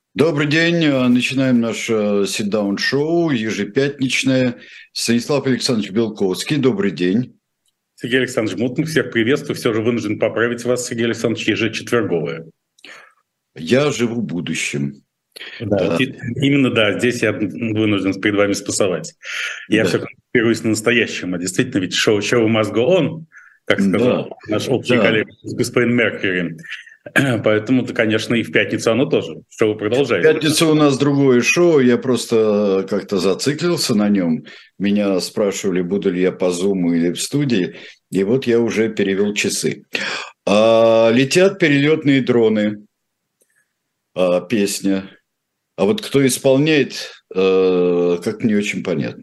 Добрый день. Начинаем наше sit-down-шоу ежепятничное. Станислав Александрович Белковский. Добрый день. Сергей Александрович Мутный, всех приветствую. Все же вынужден поправить вас, Сергей Александрович, ежечетверговое. Я живу будущим. Да, Да, именно да, здесь я вынужден перед вами спасовать. Я да, все концентрируюсь на настоящем, а действительно ведь show must go on, как да, сказал наш общий да. коллега господин Меркьюри. Поэтому, конечно, и в пятницу оно тоже. Шоу В продолжается. пятницу у нас другое шоу. Я просто как-то зациклился на нем. Меня спрашивали, буду ли я по Зуму или в студии. И вот я уже перевел часы. Летят перелетные дроны. Песня. А вот кто исполняет, как не очень понятно.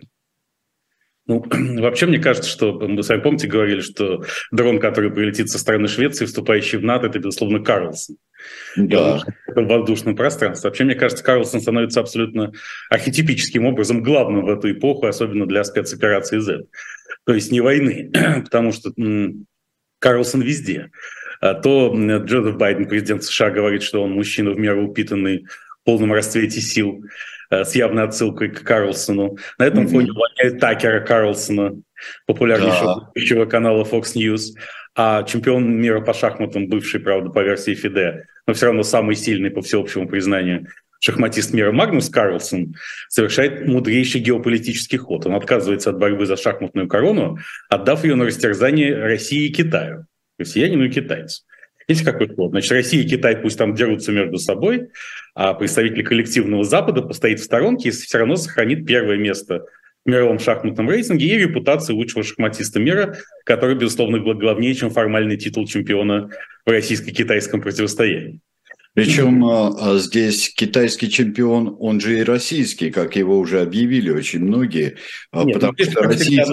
Ну, вообще, мне кажется, что вы сами помните, говорили, что дрон, который прилетит со стороны Швеции, вступающий в НАТО, это, безусловно, Карлсон. И он Да. в воздушном пространстве. Вообще, мне кажется, Карлсон становится абсолютно архетипическим образом главным в эту эпоху, особенно для спецоперации Z. То есть не войны, потому что Карлсон везде. То Джозеф Байден, президент США, говорит, что он мужчина в меру упитанный, в полном расцвете сил, с явной отсылкой к Карлсону. На этом фоне Мгм. увольняют Такера Карлсона, популярнейшего Да. канала Fox News, а чемпион мира по шахматам, бывший, правда, по версии ФИДЕ, но все равно самый сильный, по всеобщему признанию, шахматист мира Магнус Карлсон совершает мудрейший геополитический ход. Он отказывается от борьбы за шахматную корону, отдав ее на растерзание России и Китаю. Россиянину и китайцу. Видите, какой ход? Значит, Россия и Китай пусть там дерутся между собой, а представитель коллективного Запада постоит в сторонке и все равно сохранит первое место в мировом шахматном рейтинге и репутацию лучшего шахматиста мира, который, безусловно, главнее, чем формальный титул чемпиона в российско-китайском противостоянии. Причем здесь китайский чемпион, он же и российский, как его уже объявили очень многие, Нет, ну потому здесь, что как всегда,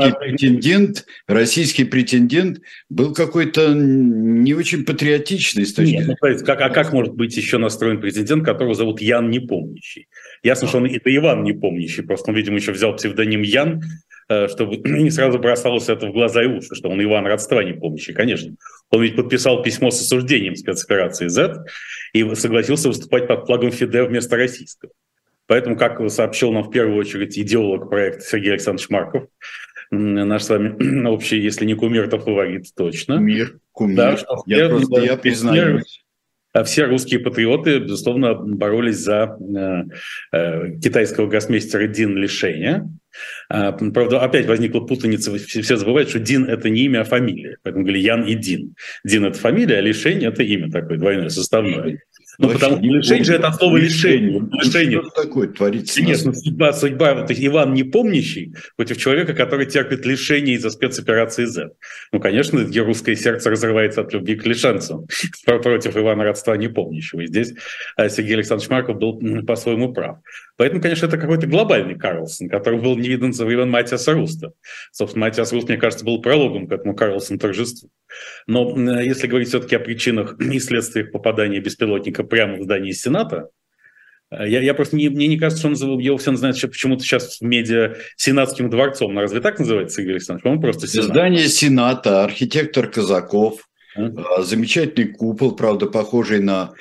российский претендент был какой-то не очень патриотичный с точки Нет, ну, зрения. то есть, как может быть еще настроен президент, которого зовут Ян Непомнящий? Ясно, что он это Иван Непомнящий, просто он, видимо, еще взял псевдоним Ян, чтобы не сразу бросалось это в глаза и уши, что он Иван родства Непомнящий, конечно. Он ведь подписал письмо с осуждением спецоперации Z и согласился выступать под флагом ФИДЕ вместо российского. Поэтому, как сообщил нам в первую очередь идеолог проекта Сергей Александрович Марков, наш с вами общий, если не кумир, то фаворит точно. Да, Кумир. что Я признаюсь. все русские патриоты, безусловно, боролись за китайского гроссмейстера Дин Лишеня. Правда, опять возникла путаница. Все забывают, что Дин – это не имя, а фамилия. Поэтому говорили Ян и Дин. Дин – это фамилия, а Лишень – это имя такое, двойное, составное. Ну, Вообще потому что не лишень же помню. это от слова лишение. Что такое творится на Конечно, свете? судьба, то есть Иван Непомнящий против человека, который терпит лишение из-за спецоперации Z. Ну, конечно, русское сердце разрывается от любви к лишенцу против Ивана родства Непомнящего. И здесь Сергей Александрович Марков был по-своему прав. Поэтому, конечно, это какой-то глобальный Карлсон, который был не виден со времен Матиаса Руста. Собственно, Матиас Руст, мне кажется, был прологом к этому Карлсон торжеству. Но если говорить все-таки о причинах и следствиях попадания беспилотника прямо в здание Сената, я просто мне не кажется, что его все называют почему-то сейчас в медиа Сенатским дворцом. Разве так называется, Игорь Александрович? По-моему, просто Сенат. Здание Сената, архитектор Казаков, замечательный купол, правда, похожий на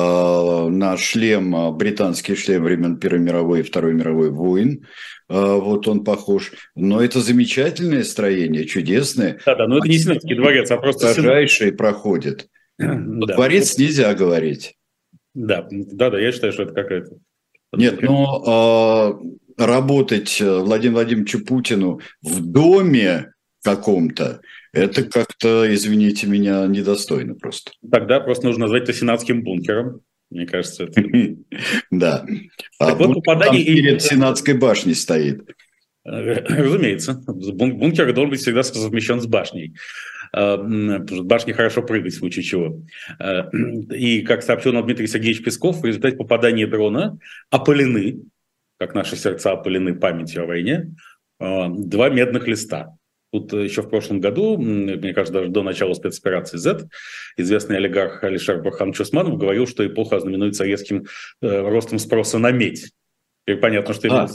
шлем, британский шлем времен Первой мировой и Второй мировой войн. Вот он похож. Но это замечательное строение, чудесное. Да, но это не Сенатский дворец, а просто Ближайшие проходят. Да. Дворец нельзя говорить. Да, я считаю, что это какая-то... Нет, но работать Владимиру Владимировичу Путину в доме каком-то, это как-то, извините меня, недостойно просто. Тогда просто нужно назвать это сенатским бункером. Мне кажется, это... Да. Так вот, попадание... перед Сенатской башней стоит. Разумеется. Бункер должен быть всегда совмещен с башней. Потому что башни хорошо прыгать в случае чего. И, как сообщил нам Дмитрий Сергеевич Песков, в результате попадания дрона опалены, как наши сердца опалены памятью о войне, 2 медных листа. Тут еще в прошлом году, мне кажется, даже до начала спецоперации Z, известный олигарх Алишер Бурханович Усманов говорил, что эпоха знаменуется резким ростом спроса на медь. Теперь понятно, что имелось в виду.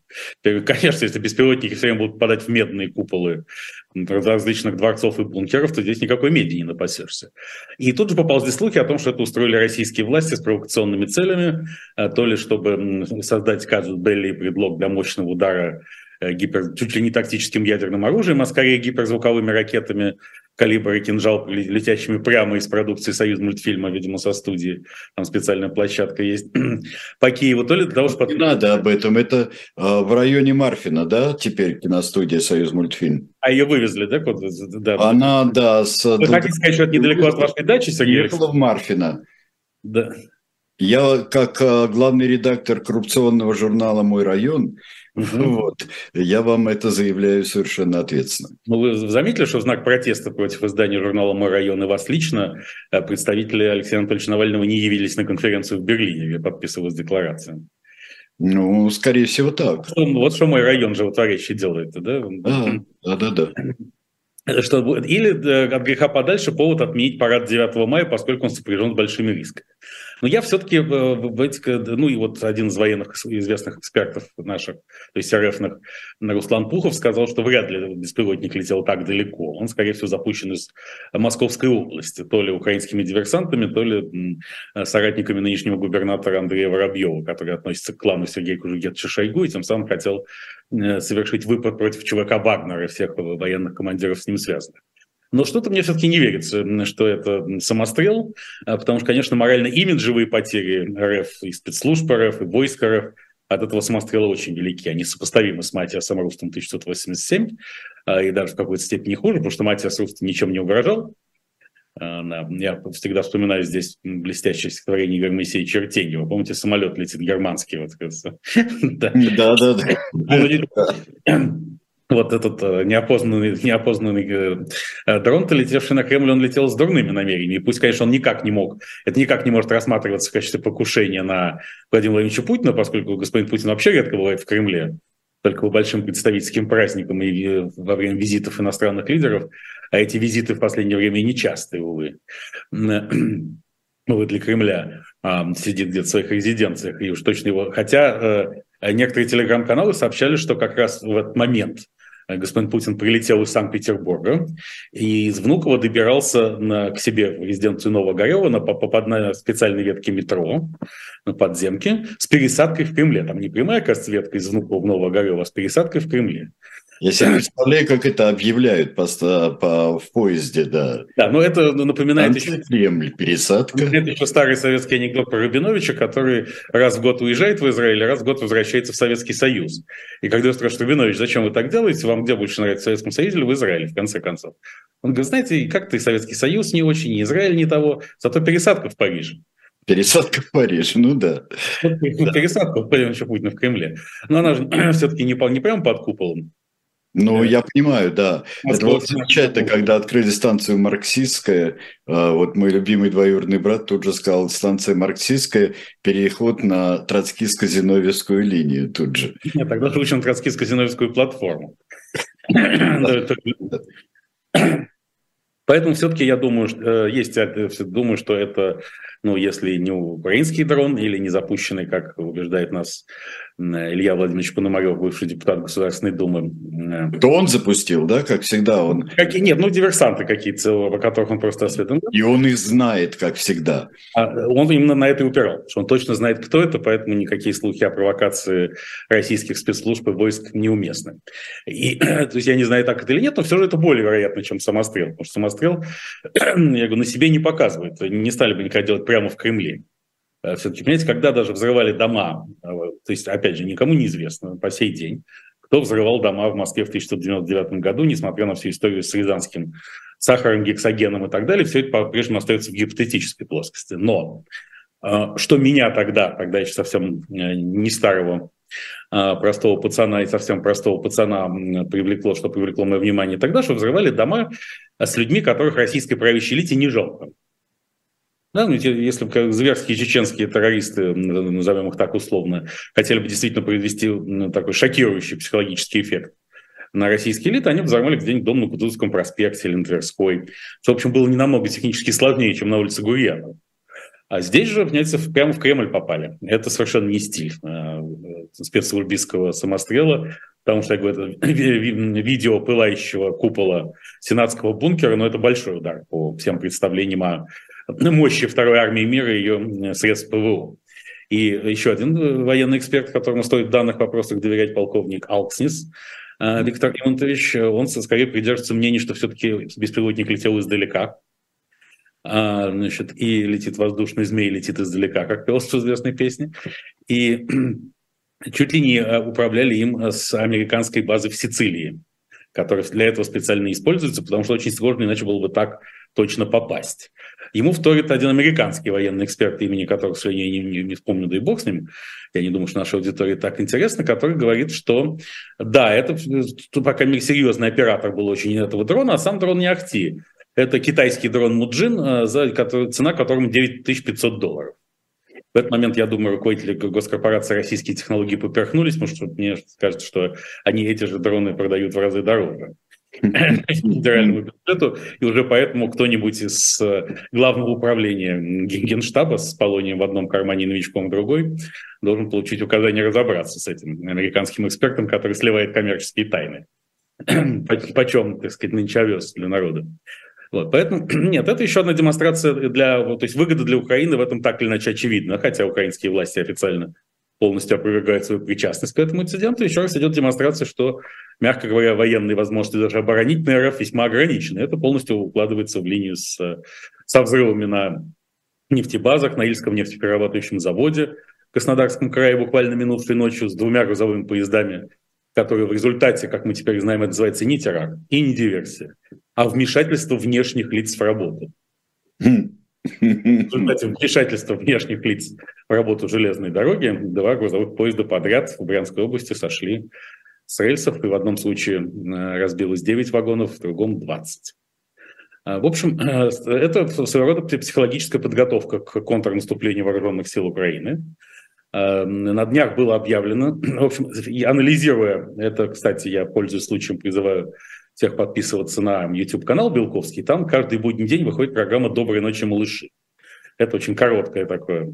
Конечно, если беспилотники все время будут попадать в медные куполы различных дворцов и бункеров, то здесь никакой меди не напасешься. И тут же поползли слухи о том, что это устроили российские власти с провокационными целями, то ли чтобы создать казус белли и предлог для мощного удара чуть ли не тактическим ядерным оружием, а скорее гиперзвуковыми ракетами калибра и кинжал, летящими прямо из продукции «Союзмультфильма», видимо, со студии. Там специальная площадка есть по Киеву. То ли для того, чтобы... Не надо об этом. Это в районе Марфина, да, теперь киностудия «Союзмультфильм». А ее вывезли, да? Да. Она, да, Вы хотите сказать, что это недалеко от вашей дачи, Сергей Алексеевич? Ехала в Марфино. Да. Я, как главный редактор коррупционного журнала «Мой район», вот, я вам это заявляю совершенно ответственно. Ну, вы заметили, что в знак протеста против издания журнала «Мой район» и вас лично представители Алексея Анатольевича Навального не явились на конференцию в Берлине, где подписывалась декларация? Ну, скорее всего, так. Вот что «Мой район» животворящий делает, да? Да. Что будет? Или от греха подальше повод отменить парад 9 мая, поскольку он сопряжен с большими рисками. Но я все-таки, ну и вот один из военных известных экспертов наших, то есть РФных, Руслан Пухов, сказал, что вряд ли беспилотник летел так далеко. Он, скорее всего, запущен из Московской области, то ли украинскими диверсантами, то ли соратниками нынешнего губернатора Андрея Воробьева, который относится к клану Сергея Кужугетовича Шойгу и тем самым хотел совершить выпад против ЧВК Вагнера и всех военных командиров с ним связанных. Но что-то мне все-таки не верится, что это самострел, потому что, конечно, морально-имиджевые потери РФ и спецслужб РФ, и войск РФ от этого самострела очень велики. Они сопоставимы с Матиасом Рустом 1987, и даже в какой-то степени хуже, потому что Матиас Руст ничем не угрожал. Я всегда вспоминаю здесь блестящее стихотворение Игоря Моисеевича Артеньева. Помните, самолет летит германский? Да. Вот этот неопознанный дрон-то, летевший на Кремль, он летел с дурными намерениями. И пусть, конечно, он никак не может рассматриваться в качестве покушения на Владимира Владимировича Путина, поскольку господин Путин вообще редко бывает в Кремле, только по большим представительским праздникам и во время визитов иностранных лидеров, а эти визиты в последнее время нечастые, увы. Для Кремля сидит где-то в своих резиденциях, и уж точно его... Хотя некоторые телеграм-каналы сообщали, что как раз в этот момент господин Путин прилетел из Санкт-Петербурга и из Внуково добирался к себе в резиденцию Новоогарева на специальной ветке метро, на подземке, с пересадкой в Кремле. Там не прямая, кажется, ветка из Внуково в Новоогарево, а с пересадкой в Кремле. Я себе представляю, как это объявляют в поезде, да. Да, но это напоминает еще... Кремль, пересадка. Это еще старый советский анекдот про Рабиновича, который раз в год уезжает в Израиль, а раз в год возвращается в Советский Союз. И когда спрашивают: Рабинович, зачем вы так делаете? Вам где больше нравится, в Советском Союзе или в Израиле, в конце концов? Он говорит: знаете, как-то и Советский Союз не очень, и Израиль не того, зато пересадка в Париже. Пересадка в Париж, ну да. Пересадка в Путина в Кремле. Но она же все-таки не прямо под куполом. Ну, я понимаю, да. Это было замечательно, когда открыли станцию Марксистская. Вот мой любимый двоюродный брат тут же сказал: станция Марксистская, переход на Троцкистско-Зиновьевскую линию тут же. Нет, тогда же учим Троцкистско-Зиновьевскую платформу. Поэтому все-таки я думаю, что это, если не украинский дрон или не запущенный, как убеждает нас Илья Владимирович Пономарев, бывший депутат Государственной Думы. То он запустил, да, как всегда он? Нет, диверсанты какие-то, о которых он просто осведомлен. И он их знает, как всегда. Он именно на это и упирал, что он точно знает, кто это, поэтому никакие слухи о провокации российских спецслужб и войск неуместны. То есть я не знаю, так это или нет, но все же это более вероятно, чем самострел. Потому что самострел, я говорю, на себе не показывает. Не стали бы никогда делать прямо в Кремле. Все-таки, понимаете, когда даже взрывали дома, то есть, опять же, никому не известно по сей день, кто взрывал дома в Москве в 1999 году, несмотря на всю историю с рязанским сахаром, гексогеном и так далее, все это по-прежнему остается в гипотетической плоскости. Но что меня тогда еще совсем не старого простого пацана и совсем простого пацана что привлекло мое внимание тогда, что взрывали дома с людьми, которых российской правящей элите не жалко. Да, если бы зверские чеченские террористы, назовем их так условно, хотели бы действительно произвести такой шокирующий психологический эффект на российские элиты, они взорвали где-нибудь дом на Кутузовском проспекте или на Тверской, что, в общем, было не намного технически сложнее, чем на улице Гурьянова. А здесь же, понимаете, прямо в Кремль попали. Это совершенно не стиль спецслужбистского самострела, потому что, я говорю, это видео пылающего купола сенатского бункера, но это большой удар по всем представлениям о мощи Второй армии мира и ее средств ПВО. И еще один военный эксперт, которому стоит в данных вопросах доверять, полковник Алкснис Виктор Иванович, он скорее придерживается мнения, что все-таки беспилотник летел издалека. Значит, и летит воздушный змей, летит издалека, как пелось в известной песне. И чуть ли не управляли им с американской базы в Сицилии, которая для этого специально используется, потому что очень сложно, иначе было бы так точно попасть. Ему вторит один американский военный эксперт, имени которого, к сожалению, не вспомню, да и бог с ним, я не думаю, что нашей аудитории так интересно, который говорит, что да, это, по крайней мере, серьезный оператор был очень этого дрона, а сам дрон не ахти. Это китайский дрон Муджин, цена которому $9500. В этот момент, я думаю, руководители госкорпорации «Российские технологии» поперхнулись, потому что мне кажется, что они эти же дроны продают в разы дороже федеральному бюджету, и уже поэтому кто-нибудь из главного управления Генштаба с полонием в одном кармане и новичком в другой должен получить указание разобраться с этим американским экспертом, который сливает коммерческие тайны. Почем, так сказать, нынче овес для народа. Вот, поэтому, нет, это еще одна демонстрация то есть выгода для Украины в этом так или иначе очевидна, хотя украинские власти официально полностью опровергают свою причастность к этому инциденту. Еще раз идет демонстрация, что, мягко говоря, военные возможности даже оборонительной РФ весьма ограничены. Это полностью укладывается в линию со взрывами на нефтебазах, на Ильском нефтеперерабатывающем заводе в Краснодарском крае буквально минувшей ночью с 2 грузовыми поездами, которые в результате, как мы теперь знаем, это называется не теракт и не диверсия, а вмешательство внешних лиц в работу. В результате вмешательства внешних лиц в работу железной дороги 2 грузовых поезда подряд в Брянской области сошли с рельсов, и в одном случае разбилось 9 вагонов, в другом 20. В общем, это своего рода психологическая подготовка к контрнаступлению вооруженных сил Украины. На днях было объявлено, в общем, анализируя это, кстати, я, пользуясь случаем, призываю всех подписываться на YouTube-канал Белковский, там каждый будний день выходит программа «Доброй ночи, малыши». Это очень короткое такое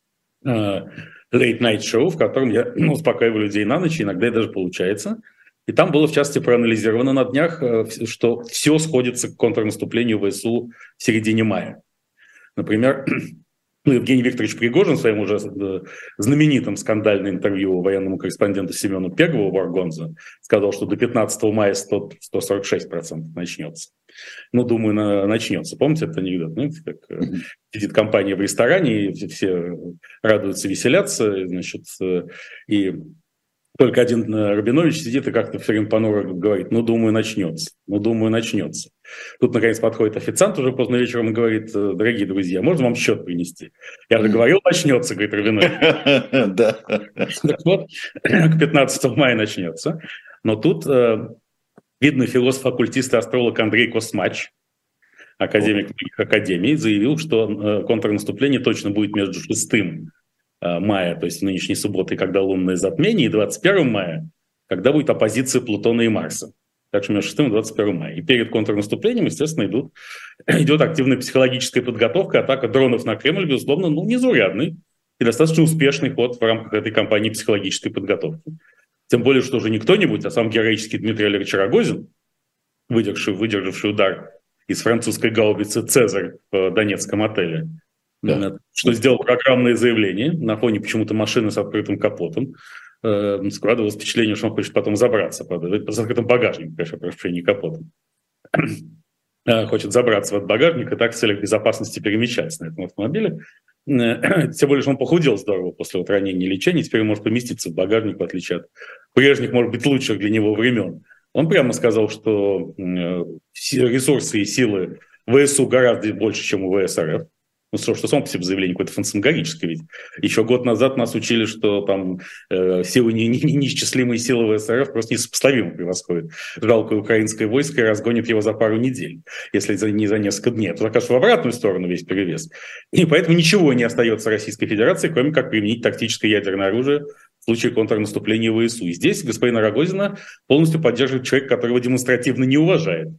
late-night шоу, в котором я успокаиваю людей на ночь, иногда это даже получается. И там было, в частности, проанализировано на днях, что все сходится к контрнаступлению ВСУ в середине мая. Например, Евгений Викторович Пригожин в своем уже знаменитом скандальном интервью военному корреспонденту Семену Пегову в Аргонзо сказал, что до 15 мая 146% начнется. Ну, думаю, начнется. Помните этот анекдот? Знаете, как сидит компания в ресторане, и все радуются, веселятся, значит, и только один Рабинович сидит и как-то все время понуро говорит: ну, думаю, начнется. Ну, думаю, начнется. Тут, наконец, подходит официант уже поздно вечером и говорит: дорогие друзья, можно вам счет принести? Я же говорил, начнется, говорит Рабинович. Да. Так вот, к 15 мая начнется. Но тут видный философ-оккультист и астролог Андрей Космач, академик многих академий, заявил, что контрнаступление точно будет между 6 мая, то есть нынешней субботой, когда лунное затмение, и 21 мая, когда будет оппозиция Плутона и Марса. Так что между 6 и 21 мая. И перед контрнаступлением, естественно, идет активная психологическая подготовка, атака дронов на Кремль, безусловно, незаурядный и достаточно успешный ход в рамках этой кампании психологической подготовки. Тем более, что уже не кто-нибудь, а сам героический Дмитрий Олегович Рогозин, выдержавший удар из французской гаубицы «Цезарь» в донецком отеле, да, что сделал программное заявление на фоне почему-то машины с открытым капотом. Складывалось впечатление, что он хочет потом забраться, правда, с открытым багажником, конечно, прошу прощения, не капотом. Хочет забраться в этот багажник и так в целях безопасности перемещаться на этом автомобиле. Тем более, что он похудел здорово после ранения и лечения, теперь он может поместиться в багажник, в отличие от прежних, может быть, лучших для него времен. Он прямо сказал, что ресурсы и силы ВСУ гораздо больше, чем у ВСРФ. Ну, что само по себе заявление какое-то фантасмагорическое, ведь еще год назад нас учили, что там силы неисчислимые силы ВСРФ просто несопоставимо превосходят жалкое украинское войско и разгонит его за пару недель, если не за несколько дней. Это, конечно, в обратную сторону весь перевес. И поэтому ничего не остается Российской Федерации, кроме как применить тактическое ядерное оружие в случае контрнаступления ВСУ. И здесь господина Рогозина полностью поддерживает человек, которого демонстративно не уважает.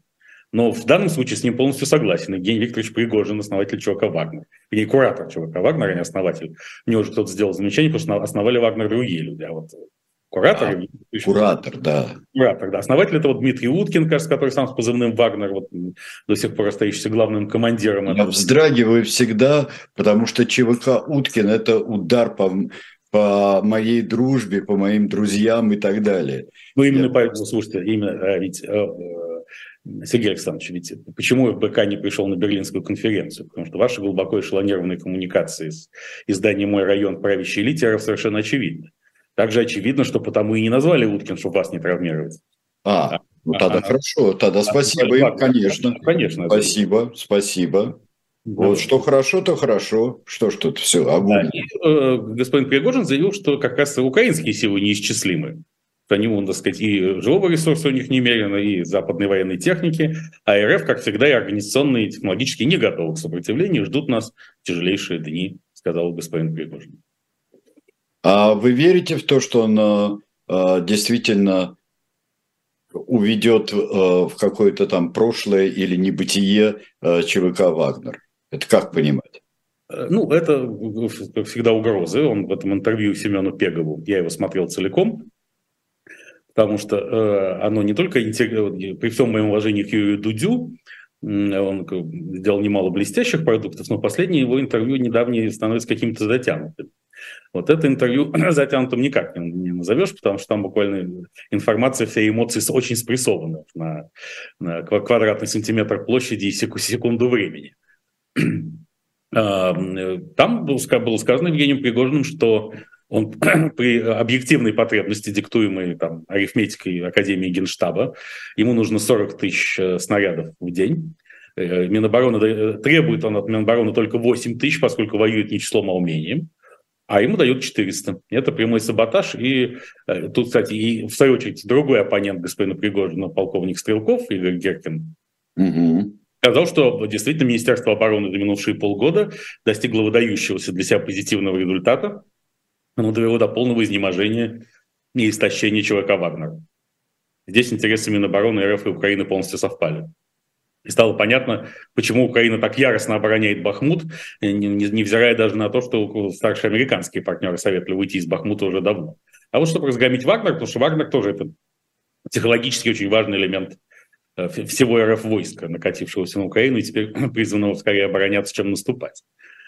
Но в данном случае с ним полностью согласен Евгений Викторович Пригожин, основатель ЧВК «Вагнер». Или куратор ЧВК «Вагнер», а не основатель. Мне уже кто-то сделал замечание, потому что основали «Вагнер» другие люди. А вот куратор... Куратор, да. Куратор, да. Основатель — это вот Дмитрий Уткин, кажется, который сам с позывным «Вагнер», вот, до сих пор остающийся главным командиром. Я вздрагиваю всегда, потому что ЧВК Уткин – это удар по моей дружбе, по моим друзьям и так далее. Ну, именно поэтому, слушайте, именно ведь... Сергей Александрович, ведь почему ФБК не пришел на Берлинскую конференцию? Потому что ваши глубоко эшелонированные коммуникации с изданием «Мой район» правящей элите совершенно очевидны. Также очевидно, что потому и не назвали Уткин, чтобы вас не травмировать. Ну тогда хорошо, тогда спасибо им, конечно. Конечно. Спасибо. Вот что хорошо, то хорошо. Что ж тут все, огонь. Да, господин Пригожин заявил, что как раз украинские силы неисчислимы. Они, так сказать, и живого ресурса у них немерено, и западной военной техники, а РФ, как всегда, и организационно, и технологически не готовы к сопротивлению, ждут нас тяжелейшие дни, сказал господин Пригожин. А вы верите в то, что он действительно уведет в какое-то там прошлое или небытие ЧВК «Вагнер»? Это как понимать? Ну, это всегда угрозы. Он в этом интервью Семену Пегову, я его смотрел целиком, потому что оно не только при всем моем уважении к Юрию Дудю, он сделал немало блестящих продуктов, но последнее его интервью недавнее становится каким-то затянутым. Вот это интервью затянутым никак не назовешь, потому что там буквально информация, все эмоции очень спрессованы на квадратный сантиметр площади и секунду времени. Там было сказано Евгением Пригожиным, что он при объективной потребности, диктуемой там, арифметикой Академии Генштаба, ему нужно 40 тысяч снарядов в день. Минобороны требует он от Минобороны только 8 тысяч, поскольку воюет не числом, а умением. А ему дают 400. Это прямой саботаж. И тут, кстати, и в свою очередь другой оппонент господина Пригожина, полковник Стрелков, Игорь Геркин, сказал, что действительно Министерство обороны за минувшие полгода достигло выдающегося для себя позитивного результата. Оно довело до полного изнеможения и истощения ЧВК «Вагнер». Здесь интересы Минобороны РФ и Украины полностью совпали. И стало понятно, почему Украина так яростно обороняет Бахмут, невзирая даже на то, что старшие американские партнеры советовали выйти из Бахмута уже давно. А вот чтобы разгромить Вагнер, потому что Вагнер тоже это психологически очень важный элемент всего РФ войска, накатившегося на Украину и теперь призванного скорее обороняться, чем наступать.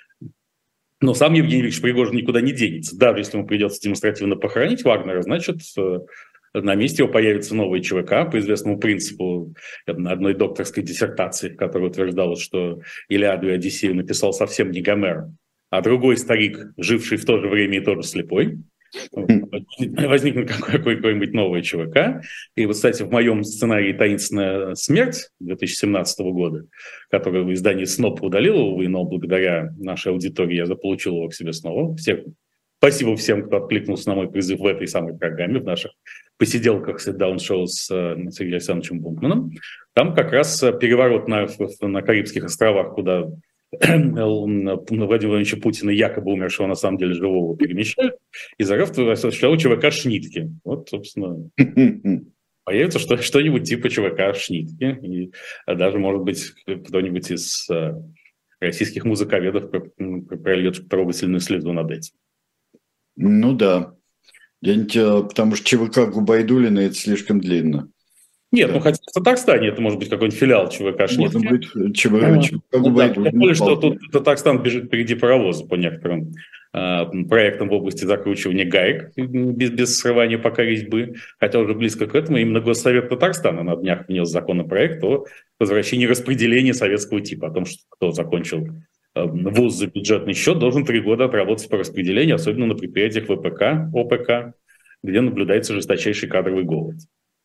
Но сам Евгений Викторович Пригожин никуда не денется. Даже если ему придется демонстративно похоронить Вагнера, значит, на месте его появится новый ЧВК по известному принципу одной докторской диссертации, в которой утверждалось, что Илиаду и Одиссею написал совсем не Гомер, а другой старик, живший в то же время и тоже слепой. Возникнет какой-нибудь новый ЧВК. И вот, кстати, в моем сценарии «Таинственная смерть» 2017 года, который в издании СНОП удалил, увы, но благодаря нашей аудитории я заполучил его к себе снова. Спасибо всем, кто откликнулся на мой призыв в этой самой программе, в наших посиделках sit-down-шоу с Сергеем Александровичем Бунтманом. Там как раз переворот на Карибских островах, куда Владимира Владимировича Путина, якобы умершего, на самом деле живого, перемещают, и РФ осуществлял ЧВК Шнитке. Вот, собственно, появится что-нибудь типа ЧВК Шнитке, и даже, может быть, кто-нибудь из российских музыковедов прольет трогательную слезу над этим. Ну да, потому что ЧВК Губайдулина – это слишком длинно. Нет, да. Хотя в Татарстане это может быть какой-нибудь филиал ЧВК Шнитки. Может быть, ЧВК Губайдулина. Тем более, что тут Татарстан бежит впереди паровоза по некоторым проектам в области закручивания гаек без срывания пока резьбы. Хотя уже близко к этому именно Госсовет Татарстана на днях внес законопроект о возвращении распределения советского типа, о том, что кто закончил вуз за бюджетный счет, должен 3 года отработать по распределению, особенно на предприятиях ВПК, ОПК, где наблюдается жесточайший кадровый голод.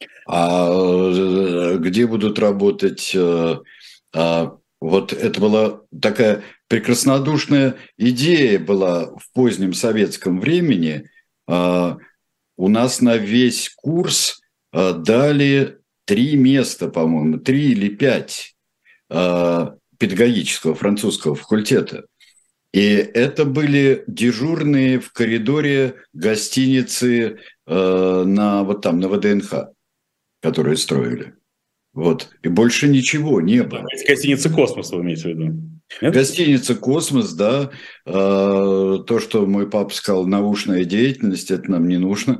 А где будут работать? Вот это была такая прекраснодушная идея была в позднем советском времени. У нас на весь курс дали 3 места, по-моему, 3 или 5 педагогического французского факультета. И это были дежурные в коридоре гостиницы на ВДНХ, которые строили. Вот. И больше ничего не было. Гостиница «Космос» вы имеете в виду? Нет? Гостиница «Космос», да. То, что мой папа сказал, научная деятельность, это нам не нужно.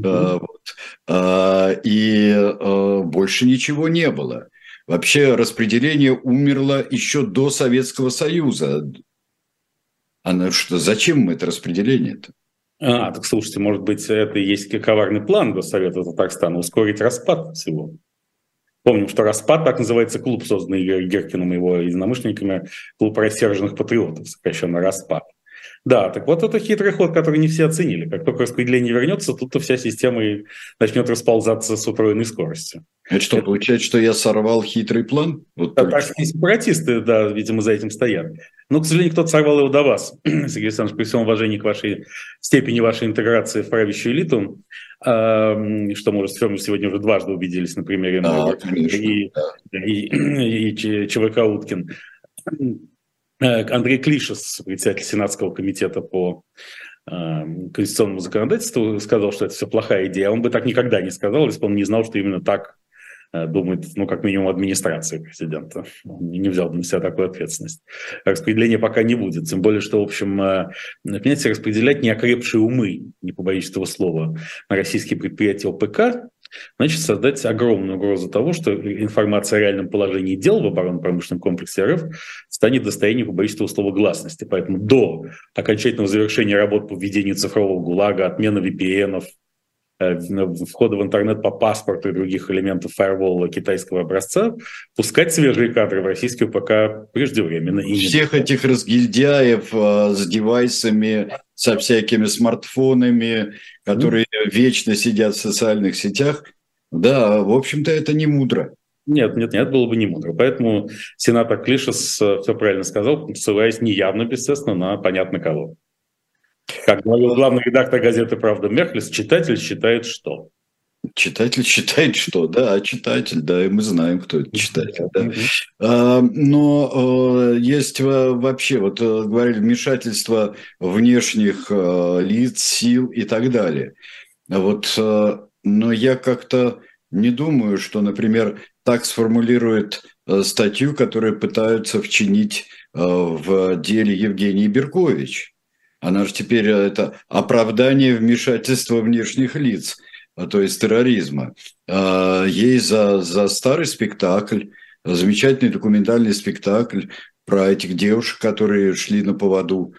И больше ничего не было. Вообще распределение умерло еще до Советского Союза. Зачем мы это распределение-то? Так слушайте, может быть, это и есть коварный план Госсовета Татарстана ускорить распад всего. Помним, что распад, так называется клуб, созданный Геркиным и его единомышленниками, клуб рассерженных патриотов, сокращенно «Распад». Да, так вот это хитрый ход, который не все оценили. Как только распределение вернется, тут-то вся система и начнет расползаться с утроенной скоростью. Это что, получается, что я сорвал хитрый план? Вот татарские сепаратисты, да, видимо, за этим стоят. Но, к сожалению, кто-то сорвал его до вас, Сергей Александрович, при всем уважении к вашей степени вашей интеграции в правящую элиту, что мы сегодня уже дважды убедились на примере и ЧВК «Уткин». Андрей Клишес, председатель Сенатского комитета по конституционному законодательству, сказал, что это все плохая идея. Он бы так никогда не сказал, если бы он не знал, что именно так думает, как минимум, администрация президента. Не взял бы на себя такую ответственность. Распределения пока не будет. Тем более, что, в общем, понимаете, распределять неокрепшие умы, не побоюсь этого слова, на российские предприятия ОПК, значит, создать огромную угрозу того, что информация о реальном положении дел в оборонно-промышленном комплексе РФ станет достоянием, побоюсь этого слова, гласности. Поэтому до окончательного завершения работ по введению цифрового ГУЛАГа, отмена VPN-ов, входа в интернет по паспорту и других элементов фаервола китайского образца, пускать свежие кадры в российский ОПК преждевременно. Всех этих разгильдяев с девайсами, со всякими смартфонами, которые вечно сидят в социальных сетях, да, в общем-то, это не мудро. Нет, было бы не мудро. Поэтому сенатор Клишес все правильно сказал, ссылаясь неявно, естественно, на понятно кого. Как говорил главный редактор газеты «Правда» Мерхлес, читатель считает, что? Читатель считает, что? Да, читатель, да, и мы знаем, кто это читатель. Да. Но есть вообще, вот говорили, вмешательство внешних лиц, сил и так далее. Вот, но я как-то не думаю, что, например, так сформулирует статью, которую пытаются вчинить в деле Евгении Беркович. Она же теперь это оправдание вмешательства внешних лиц, то есть терроризма. Ей за старый спектакль, замечательный документальный спектакль про этих девушек, которые шли на поводу,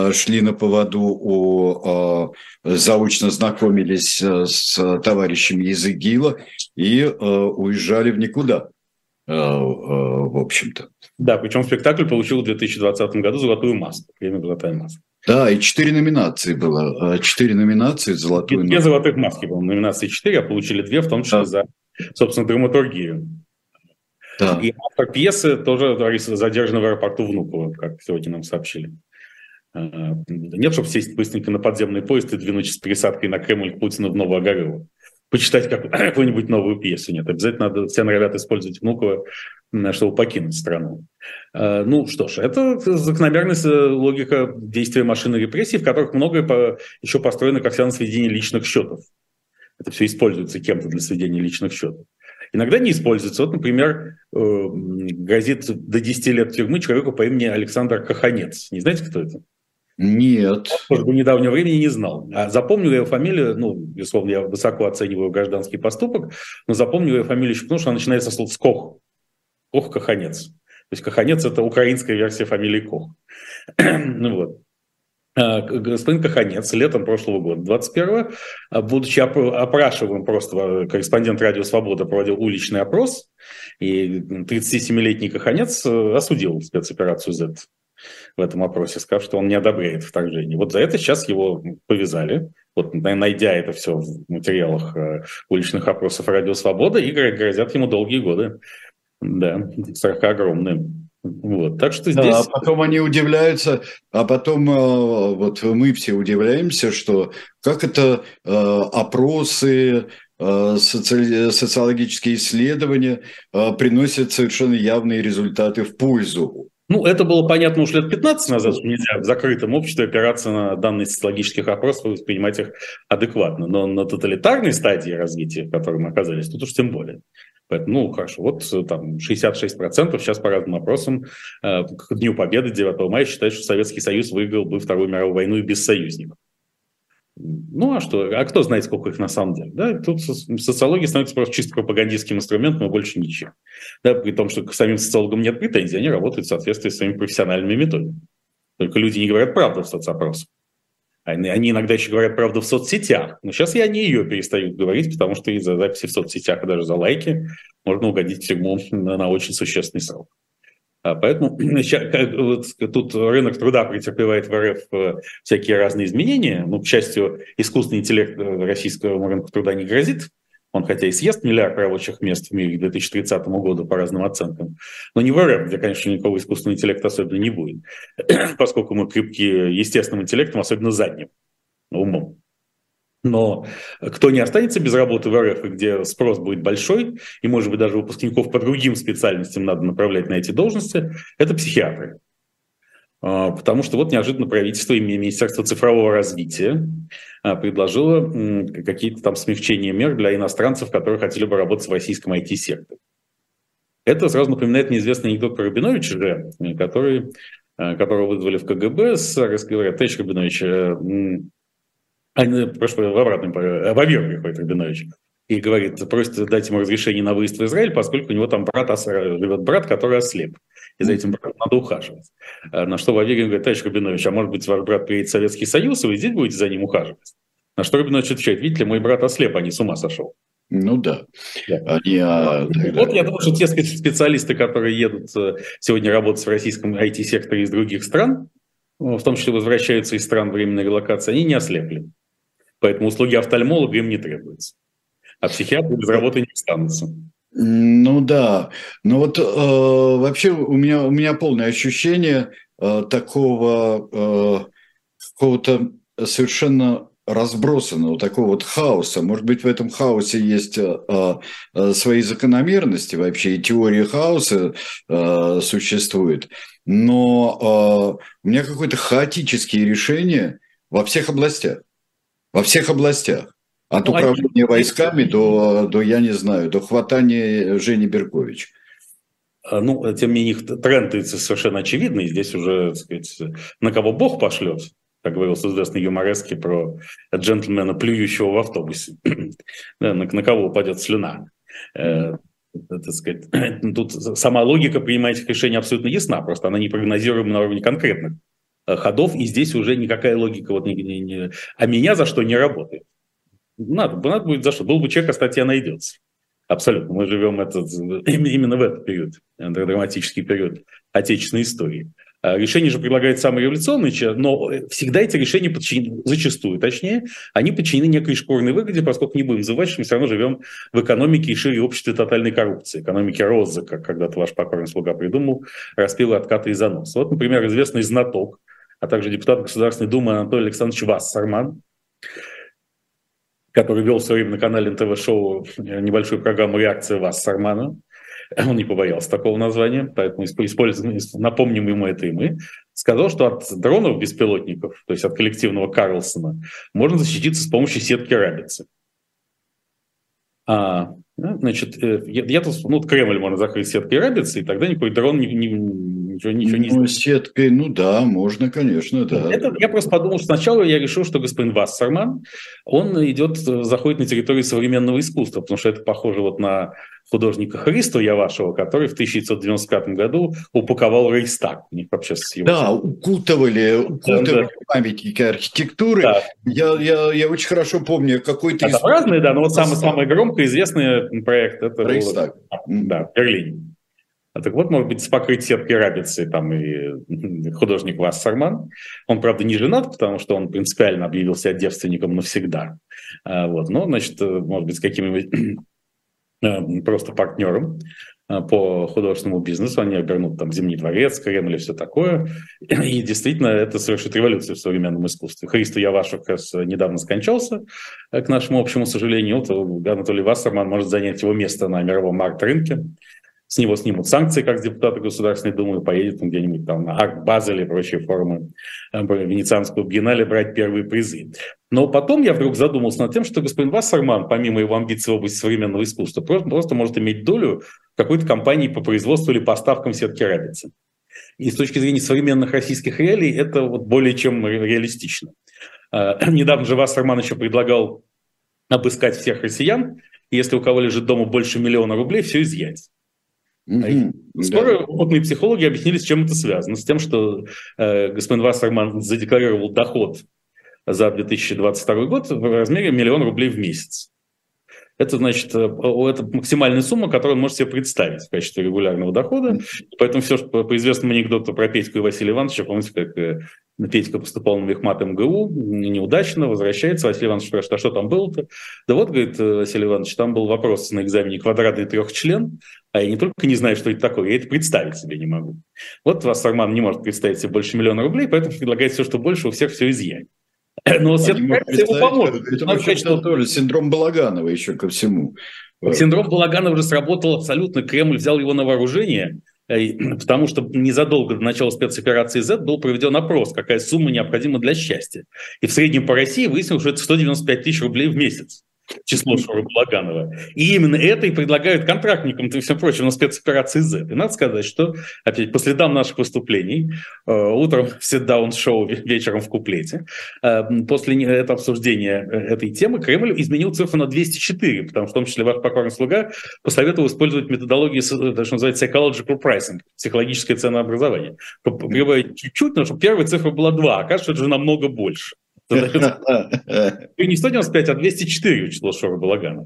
заочно знакомились с товарищами из ИГИЛа и уезжали в никуда, в общем-то. Да, причем спектакль получил в 2020 году «Золотую маску», премию «Золотая маска». Да, и 4 номинации было. 4 номинации «Золотую маску». 2 золотых маски, по-моему, номинации 4, а получили 2, в том числе за, собственно, драматургию. Да. И автор пьесы тоже задержан в аэропорту Внуково, как сегодня нам сообщили. Нет, чтобы сесть быстренько на подземный поезд и двинуть с пересадкой на Кремль к Путину в Новоогарево. Почитать какую-нибудь новую пьесу. Нет, обязательно надо, все норовят использовать Внуково, чтобы покинуть страну. Ну что ж, это закономерная логика действия машины репрессий, в которых многое еще построено, как всегда, на сведении личных счетов. Это все используется кем-то для сведения личных счетов. Иногда не используется. Вот, например, грозит до 10 лет тюрьмы человеку по имени Александр Каханец. Не знаете, кто это? Нет. Может, до недавнего времени не знал. А запомнил я его фамилию, безусловно, я высоко оцениваю гражданский поступок, но запомнил я фамилию еще потому, что она начинается со слов «Кох». Кох Каханец. То есть Каханец – это украинская версия фамилии Кох. Господин Каханец летом прошлого года, 21-го, будучи опрашиваем, просто корреспондент «Радио Свобода» проводил уличный опрос, и 37-летний Каханец осудил спецоперацию «Z» в этом опросе, сказав, что он не одобряет вторжение. Вот за это сейчас его повязали, вот, найдя это все в материалах уличных опросов «Радио Свобода», и грозят ему долгие годы. Да, страха огромные. Вот, так что здесь... А потом они удивляются, а потом вот мы все удивляемся, что как это опросы, социологические исследования приносят совершенно явные результаты в пользу. Это было понятно уже лет 15 назад, что нельзя в закрытом обществе опираться на данные социологических опросов и воспринимать их адекватно. Но на тоталитарной стадии развития, в которой мы оказались, тут уж тем более. Поэтому, ну, хорошо, вот там 66% сейчас по разным опросам к Дню Победы 9 мая считают, что Советский Союз выиграл бы Вторую мировую войну и без союзников. Ну, а что? А кто знает, сколько их на самом деле? Да? Тут социология становится просто чисто пропагандистским инструментом, и больше ничем. Да, при том, что к самим социологам нет претензий, они работают в соответствии с своими профессиональными методами. Только люди не говорят правду в соцопросах. Они иногда еще говорят правду в соцсетях. Но сейчас и они ее перестают говорить, потому что из-за записи в соцсетях и даже за лайки можно угодить в тюрьму на очень существенный срок. Поэтому вот, тут рынок труда претерпевает в РФ всякие разные изменения. Ну, к счастью, искусственный интеллект российскому рынку труда не грозит. Он хотя и съест миллиард рабочих мест в мире к 2030 году по разным оценкам, но не в РФ, где, конечно, никакого искусственного интеллекта особенно не будет, поскольку мы крепки естественным интеллектом, особенно задним умом. Но кто не останется без работы в РФ, и где спрос будет большой, и, может быть, даже выпускников по другим специальностям надо направлять на эти должности, это психиатры. Потому что вот неожиданно правительство и Министерство цифрового развития предложило какие-то там смягчения мер для иностранцев, которые хотели бы работать в российском IT-секторе. Это сразу напоминает мне известный анекдот про Рабиновича, которого вызвали в КГБ, говорят: товарищ Рабинович, в обратном Вавер приходит Рабинович и говорит, просит дать ему разрешение на выезд в Израиль, поскольку у него там живет брат, который ослеп. И за этим братом надо ухаживать. На что Вавер говорит: товарищ Рабинович, а может быть, ваш брат приедет в Советский Союз, и вы здесь будете за ним ухаживать? На что Рабинович отвечает: видите ли, мой брат ослеп, а не с ума сошел. Ну да. Вот я думаю, что те специалисты, которые едут сегодня работать в российском IT-секторе из других стран, в том числе возвращаются из стран временной релокации, они не ослепли. Поэтому услуги офтальмолога им не требуются. А психиатры без работы не останутся. Ну да. Но вот вообще у меня полное ощущение такого какого-то совершенно разбросанного, такого вот хаоса. Может быть, в этом хаосе есть свои закономерности вообще, и теория хаоса существует. Но у меня какое-то хаотические решения во всех областях. Во всех областях. От управления войсками до, я не знаю, до хватания Жени Беркович. Ну, тем не менее, тренд совершенно очевидный. Здесь уже, так сказать, на кого Бог пошлет, как говорился известный юморески про джентльмена, плюющего в автобусе. На кого упадет слюна. Так сказать, тут сама логика принимаемых решений абсолютно ясна, просто она не прогнозируема на уровне конкретных ходов, и здесь уже никакая логика, вот, а меня за что не работает. Надо будет за что. Был бы чек, а статья найдется. Абсолютно. Мы живем именно в этот период, драматический период отечественной истории. Решение же предлагает самые революционные, но всегда эти решения подчинены, зачастую точнее, они подчинены некой шкурной выгоде, поскольку не будем забывать, что мы все равно живем в экономике и шире обществе тотальной коррупции, экономике розы, как когда-то ваш покорный слуга придумал, распилы, откаты и занос. Вот, например, известный знаток, а также депутат Государственной Думы Анатолий Александрович Вассерман, который вел в свое время на канале НТВ-шоу небольшую программу «Реакция Вассермана». Он не побоялся такого названия, поэтому напомним ему это и мы. Сказал, что от дронов беспилотников, то есть от коллективного Карлсона, можно защититься с помощью сетки Раббица. Значит, Кремль можно закрыть сеткой Раббица, и тогда никакой дрон ничего не сделает. Сеткой, да, можно, конечно, да. Я просто подумал, что сначала я решил, что господин Вассерман, он заходит на территорию современного искусства, потому что это похоже вот на художника Христо Явашева, который в 1995 году упаковал Рейхстаг. У них вообще да, укутывали памятники архитектуры. Да. Я очень хорошо помню какой-то... Это разные, да, но вот самый громко известный проект это Рейхстаг. Да, в Берлине. Так вот, может быть, с покрыть сеткой Раббицы там и художник Вассерман. Он, правда, не женат, потому что он принципиально объявил себя девственником навсегда. Вот. Но, значит, может быть, с каким-нибудь просто партнером по художественному бизнесу. Они обернут там Зимний дворец, Кремль и все такое. И действительно, это совершит революцию в современном искусстве. Христо Явашев как раз недавно скончался, к нашему общему сожалению. Вот Анатолий Вассерман может занять его место на мировом арт-рынке. С него снимут санкции, как с депутата Государственной Думы, и поедет он где-нибудь там на Арт-Базель и прочие форумы Венецианского биеннале брать первые призы. Но потом я вдруг задумался над тем, что господин Вассерман, помимо его амбиций в области современного искусства, просто может иметь долю в какой-то компании по производству или поставкам сетки Рабицы. И с точки зрения современных российских реалий это вот более чем реалистично. Недавно же Вассерман еще предлагал обыскать всех россиян, и если у кого лежит дома больше 1 миллиона рублей, все изъять. Скоро опытные психологи объяснили, с чем это связано. С тем, что господин Вассерман задекларировал доход за 2022 год в размере 1 миллион рублей в месяц. Это значит, это максимальная сумма, которую он может себе представить в качестве регулярного дохода. Поэтому все, что по известному анекдоту про Петьку и Василия Ивановича, помните, как Петька поступал на мехмат МГУ, неудачно, возвращается, Василий Иванович спрашивает, а что там было-то? Да вот, говорит Василий Иванович, там был вопрос на экзамене квадратный трехчлен, а я не только не знаю, что это такое, я это представить себе не могу. Вот Вассерман не может представить себе больше 1 миллиона рублей, поэтому предлагает все, что больше, у всех все изъять. Но сетка ему поможет. Это тоже синдром Балаганова еще ко всему. Синдром Балаганова уже сработал абсолютно. Кремль взял его на вооружение, потому что незадолго до начала спецоперации Z был проведен опрос, какая сумма необходима для счастья. И в среднем по России выяснилось, что это 195 тысяч рублей в месяц. Число Шуры Балаганова. И именно это и предлагают контрактникам и всем прочим на спецоперации Z. И надо сказать, что, опять, по следам наших выступлений, утром в sit-down-шоу, вечером в куплете, после этого обсуждения этой темы Кремль изменил цифру на 204, потому что в том числе ваш покорный слуга посоветовал использовать методологию, что называется psychological pricing, психологическое ценообразование. Прибавить чуть-чуть, но чтобы первая цифра была 2, окажется, что это же намного больше. И не 195, а 204 число Шуры Балаганова.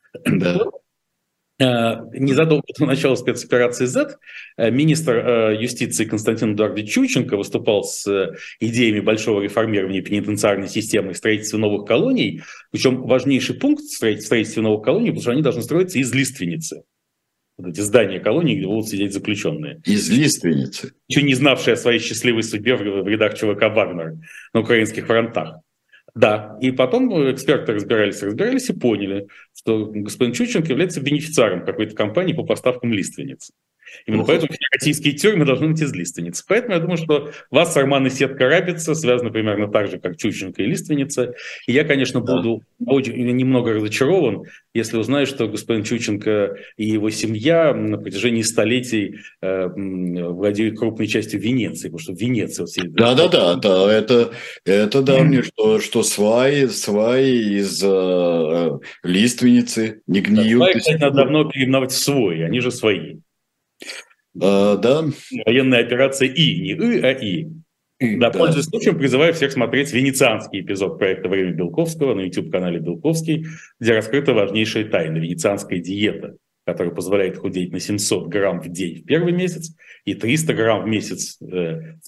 Незадолго до начала спецоперации Z министр юстиции Константин Эдуардович Чученко выступал с идеями большого реформирования пенитенциарной системы и строительства новых колоний. Причем важнейший пункт в строительстве новых колоний, потому что они должны строиться из лиственницы. Вот эти здания колоний, где будут сидеть заключенные. Из лиственницы. Еще не знавшие о своей счастливой судьбе в рядах ЧВК «Вагнер» на украинских фронтах. Да, и потом эксперты разбирались и поняли, что господин Чученко является бенефициаром какой-то компании по поставкам лиственниц. Именно поэтому все российские тюрьмы должны быть из лиственницы. Поэтому я думаю, что Вассерман и сетка Рабица связаны примерно так же, как Чученко и лиственница. И я, конечно, буду немного разочарован, если узнаю, что господин Чученко и его семья на протяжении столетий владеют крупной частью Венеции, потому что Венеция... Да, это давнее, что сваи из лиственницы не гниют. Сваи, кстати, надо давно переименовать в свои, они же свои. Да. Военная операция И, не И, а И. Да, пользуясь случаем, призываю всех смотреть венецианский эпизод проекта «Время Белковского» на YouTube-канале Белковский, где раскрыта важнейшая тайна – венецианская диета, которая позволяет худеть на 700 грамм в день в первый месяц и 300 грамм в месяц, в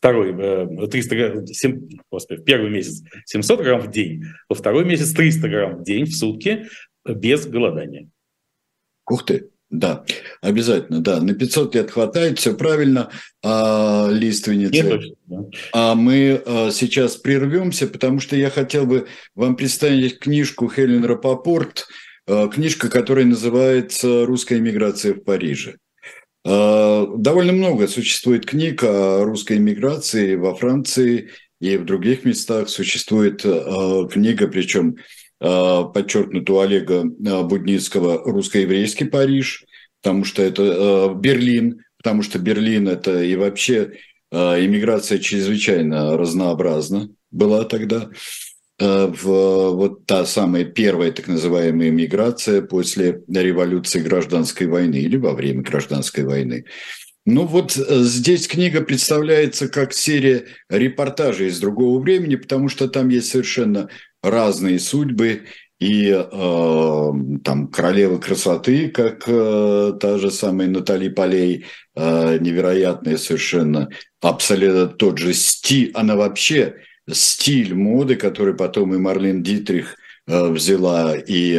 первый месяц 700 грамм в день, во второй месяц 300 грамм в день в сутки без голодания. Ух ты! Да, обязательно, да. На 500 лет хватает, все правильно, лиственницы. А мы сейчас прервемся, потому что я хотел бы вам представить книжку Хелен Рапопорт, книжка, которая называется «Русская эмиграция в Париже». Довольно много существует книг о русской эмиграции во Франции и в других местах. Существует книга, причем подчеркнуто у Олега Будницкого, «Русско-еврейский Париж», потому что это Берлин, потому что Берлин – это и вообще иммиграция чрезвычайно разнообразна была тогда. Вот та самая первая так называемая иммиграция после революции гражданской войны или во время гражданской войны. Ну вот здесь книга представляется как серия репортажей из другого времени, потому что там есть совершенно разные судьбы, и там королевы красоты, как та же самая Натали Полей, невероятная совершенно, абсолютно тот же стиль, она вообще стиль моды, который потом и Марлен Дитрих взяла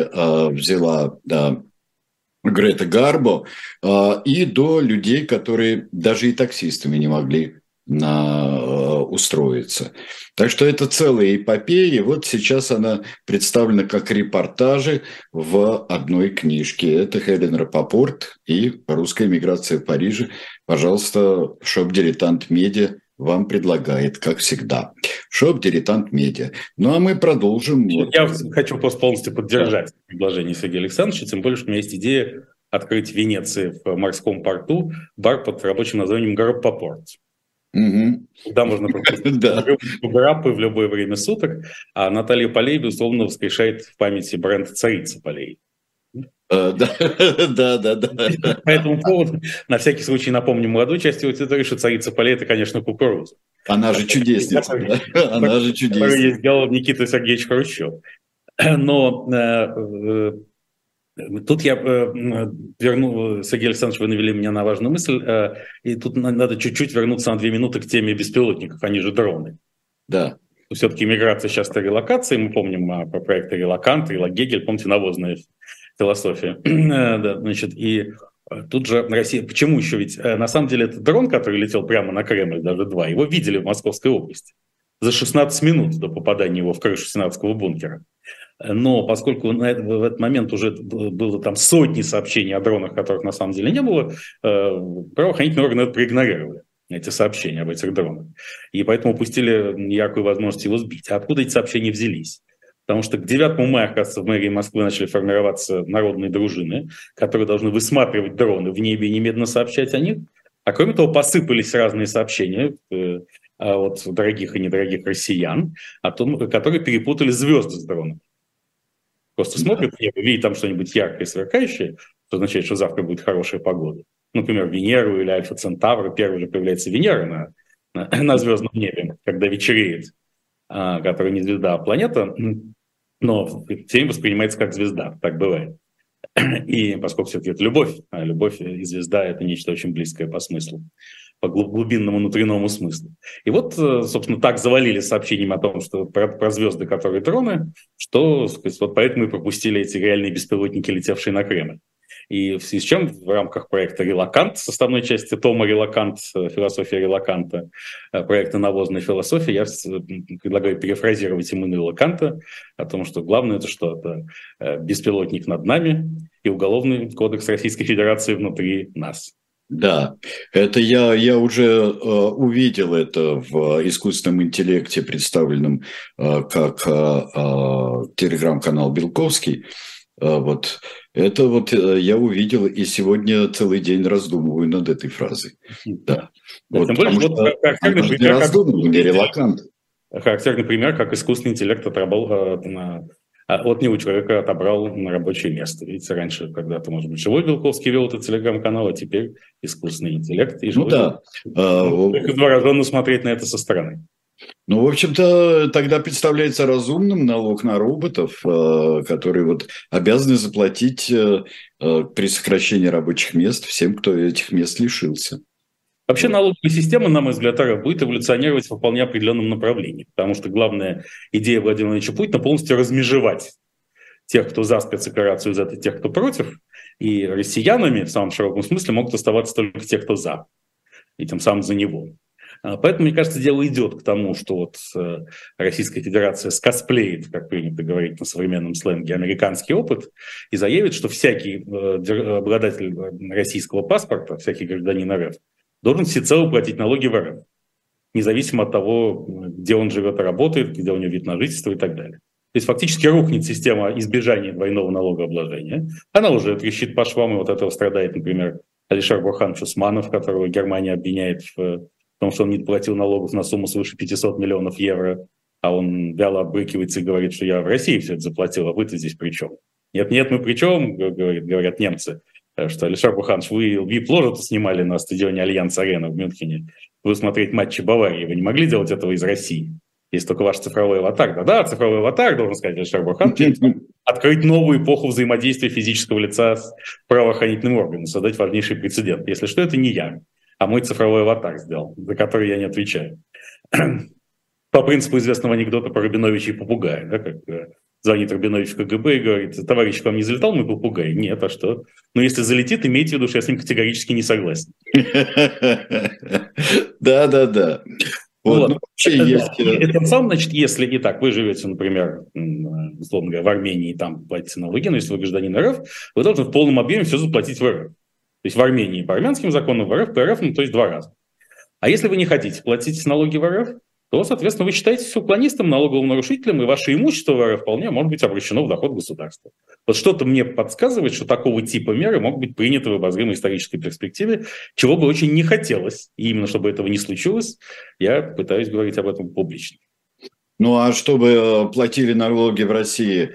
Грета Гарбо, и до людей, которые даже и таксистами не могли устроиться. Так что это целая эпопея, и вот сейчас она представлена как репортажи в одной книжке. Это Хелен Рапопорт и «Русская эмиграция в Париже». Пожалуйста, Шоп Дилетант Медиа вам предлагает, как всегда. Шоп «Дилетант Медиа». Ну, а мы продолжим. Я хочу просто полностью поддержать предложение Сергея Александровича, тем более, что у меня есть идея открыть в Венеции в морском порту бар под рабочим названием «Граппопорт». Угу. Куда можно пропустить граппы в любое время суток, а Наталья Полей, безусловно, воскрешает в памяти бренд «Царица Полей». Да. По этому поводу, на всякий случай напомню молодой части аудитории, что «Царица Полей» — это, конечно, кукуруза. Она же чудесница. Она же чудесница. Которую сделал Никита Сергеевич Хрущев. Но тут я верну, Сергей Александрович, вы навели меня на важную мысль, и тут надо чуть-чуть вернуться на 2 минуты к теме беспилотников, они же дроны. Да. Все-таки миграция сейчас это релокация, мы помним про проекты «Релокант», «Релогегель», помните, навозная философия. Да, значит, и тут же Россия, почему еще ведь, на самом деле, этот дрон, который летел прямо на Кремль, даже 2, его видели в Московской области за 16 минут до попадания его в крышу сенатского бункера. Но поскольку в этот момент уже было там сотни сообщений о дронах, которых на самом деле не было, правоохранительные органы это проигнорировали, эти сообщения об этих дронах. И поэтому упустили яркую возможность его сбить. А откуда эти сообщения взялись? Потому что к 9 мая, кажется, в мэрии Москвы начали формироваться народные дружины, которые должны высматривать дроны в небе и немедленно сообщать о них. А кроме того, посыпались разные сообщения от дорогих и недорогих россиян, о том, которые перепутали звезды с дроном. Просто смотрят в небо, видят там что-нибудь яркое, сверкающее, что означает, что завтра будет хорошая погода. Например, Венеру или Альфа Центавра. Первой же появляется Венера на звездном небе, когда вечереет, которая не звезда, а планета, но всем воспринимается как звезда, так бывает. И поскольку все-таки это любовь, а любовь и звезда – это нечто очень близкое по смыслу, по глубинному внутреннему смыслу. И вот, собственно, так завалили сообщениями о том, что про звезды, которые дроны, что, сказать, вот поэтому и пропустили эти реальные беспилотники, летевшие на Кремль. И в связи с чем в рамках проекта «Релокант», составной части тома «Релокант», философия релоканта, проекта «Навозная философия», я предлагаю перефразировать Иммануила Канта о том, что главное это что? Это беспилотник над нами и уголовный кодекс Российской Федерации внутри нас. Да, это я уже увидел это в искусственном интеллекте, представленном как телеграм-канал Белковский. Вот это вот я увидел и сегодня целый день раздумываю над этой фразой. Да. Вот, тем более, вот характерный пример, как искусственный интеллект от него человека отобрал на рабочее место. Видите, раньше когда-то, может быть, живой Белковский вел этот телеграм-канал, а теперь искусственный интеллект. И живой только завороженно смотреть на это со стороны. Ну, в общем-то, тогда представляется разумным налог на роботов, которые вот обязаны заплатить при сокращении рабочих мест всем, кто этих мест лишился. Вообще налоговая система, на мой взгляд, будет эволюционировать в вполне определенном направлении, потому что главная идея Владимира Владимировича Путина полностью размежевать тех, кто за спецоперацию, за тех, кто против, и россиянами в самом широком смысле могут оставаться только те, кто за, и тем самым за него. Поэтому, мне кажется, дело идет к тому, что вот Российская Федерация скосплеит, как принято говорить на современном сленге, американский опыт и заявит, что всякий обладатель российского паспорта, всякий гражданин РФ, должен всецело платить налоги в РФ, независимо от того, где он живет и работает, где у него вид на жительство и так далее. То есть фактически рухнет система избежания двойного налогообложения. Она уже трещит по швам, и вот этого страдает, например, Алишер Бурханович Усманов, которого Германия обвиняет в том, что он не платил налогов на сумму свыше 500 миллионов евро, а он вяло отбрыкивается и говорит, что я в России все это заплатил, а вы-то здесь при чем? Нет, мы при чем, говорят немцы. Что, Алишер Бурханович, вы вип-ложу-то снимали на стадионе Альянс-Арена в Мюнхене. Вы смотреть матчи Баварии. Вы не могли делать этого из России? Есть только ваш цифровой аватар. Да, цифровой аватар, должен сказать Алишер Бурханович, открыть новую эпоху взаимодействия физического лица с правоохранительным органом, создать важнейший прецедент. Если что, это не я, а мой цифровой аватар сделал, за который я не отвечаю. По принципу известного анекдота про Рабиновича и попугая, да, как звонит Рабинович в КГБ и говорит: товарищ, к вам не залетал мой попугай? Нет, а что? Но если залетит, имейте в виду, что я с ним категорически не согласен. Да. Вот. Это сам, значит, если и так, вы живете, например, условно говоря, в Армении, и там платите налоги, но если вы гражданин РФ, вы должны в полном объеме все заплатить в РФ. То есть в Армении по армянским законам, в РФ по РФ, то есть 2 раза. А если вы не хотите платить налоги в РФ, то, соответственно, вы считаетесь уклонистом, налоговым нарушителем, и ваше имущество в РФ вполне может быть обращено в доход государства. Вот что-то мне подсказывает, что такого типа меры могут быть приняты в обозримой исторической перспективе, чего бы очень не хотелось. И именно чтобы этого не случилось, я пытаюсь говорить об этом публично. Ну а чтобы платили налоги в России,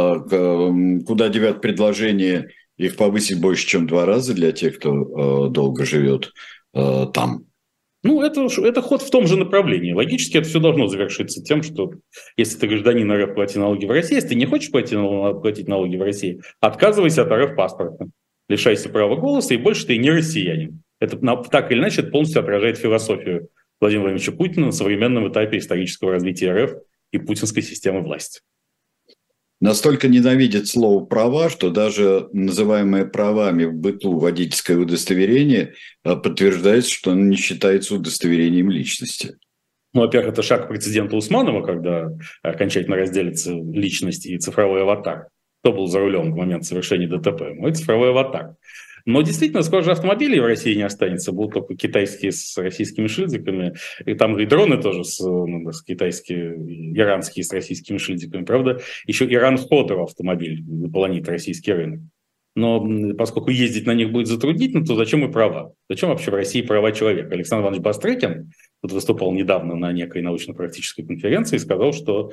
куда девать предложение их повысить больше, чем 2 раза для тех, кто долго живет там? Ну, это ход в том же направлении. Логически это все должно завершиться тем, что если ты гражданин РФ, плати налоги в России, если ты не хочешь платить налоги в России, отказывайся от РФ-паспорта, лишайся права голоса, и больше ты не россиянин. Это так или иначе это полностью отражает философию Владимира Владимировича Путина на современном этапе исторического развития РФ и путинской системы власти. Настолько ненавидит слово «права», что даже называемое правами в быту водительское удостоверение подтверждается, что оно не считается удостоверением личности. Ну, во-первых, это шаг прецедента Усманова, когда окончательно разделится личность и цифровой аватар. Кто был за рулем в момент совершения ДТП? Мой цифровой аватар. Но действительно, скоро же автомобилей в России не останется. Будут только китайские с российскими шильдиками. И там и дроны тоже с китайские, иранские с российскими шильдиками. Правда, еще Иран Ходор автомобиль заполонит российский рынок. Но поскольку ездить на них будет затруднительно, то зачем и права? Зачем вообще в России права человека? Александр Иванович Бастрыкин тут выступал недавно на некой научно-практической конференции и сказал, что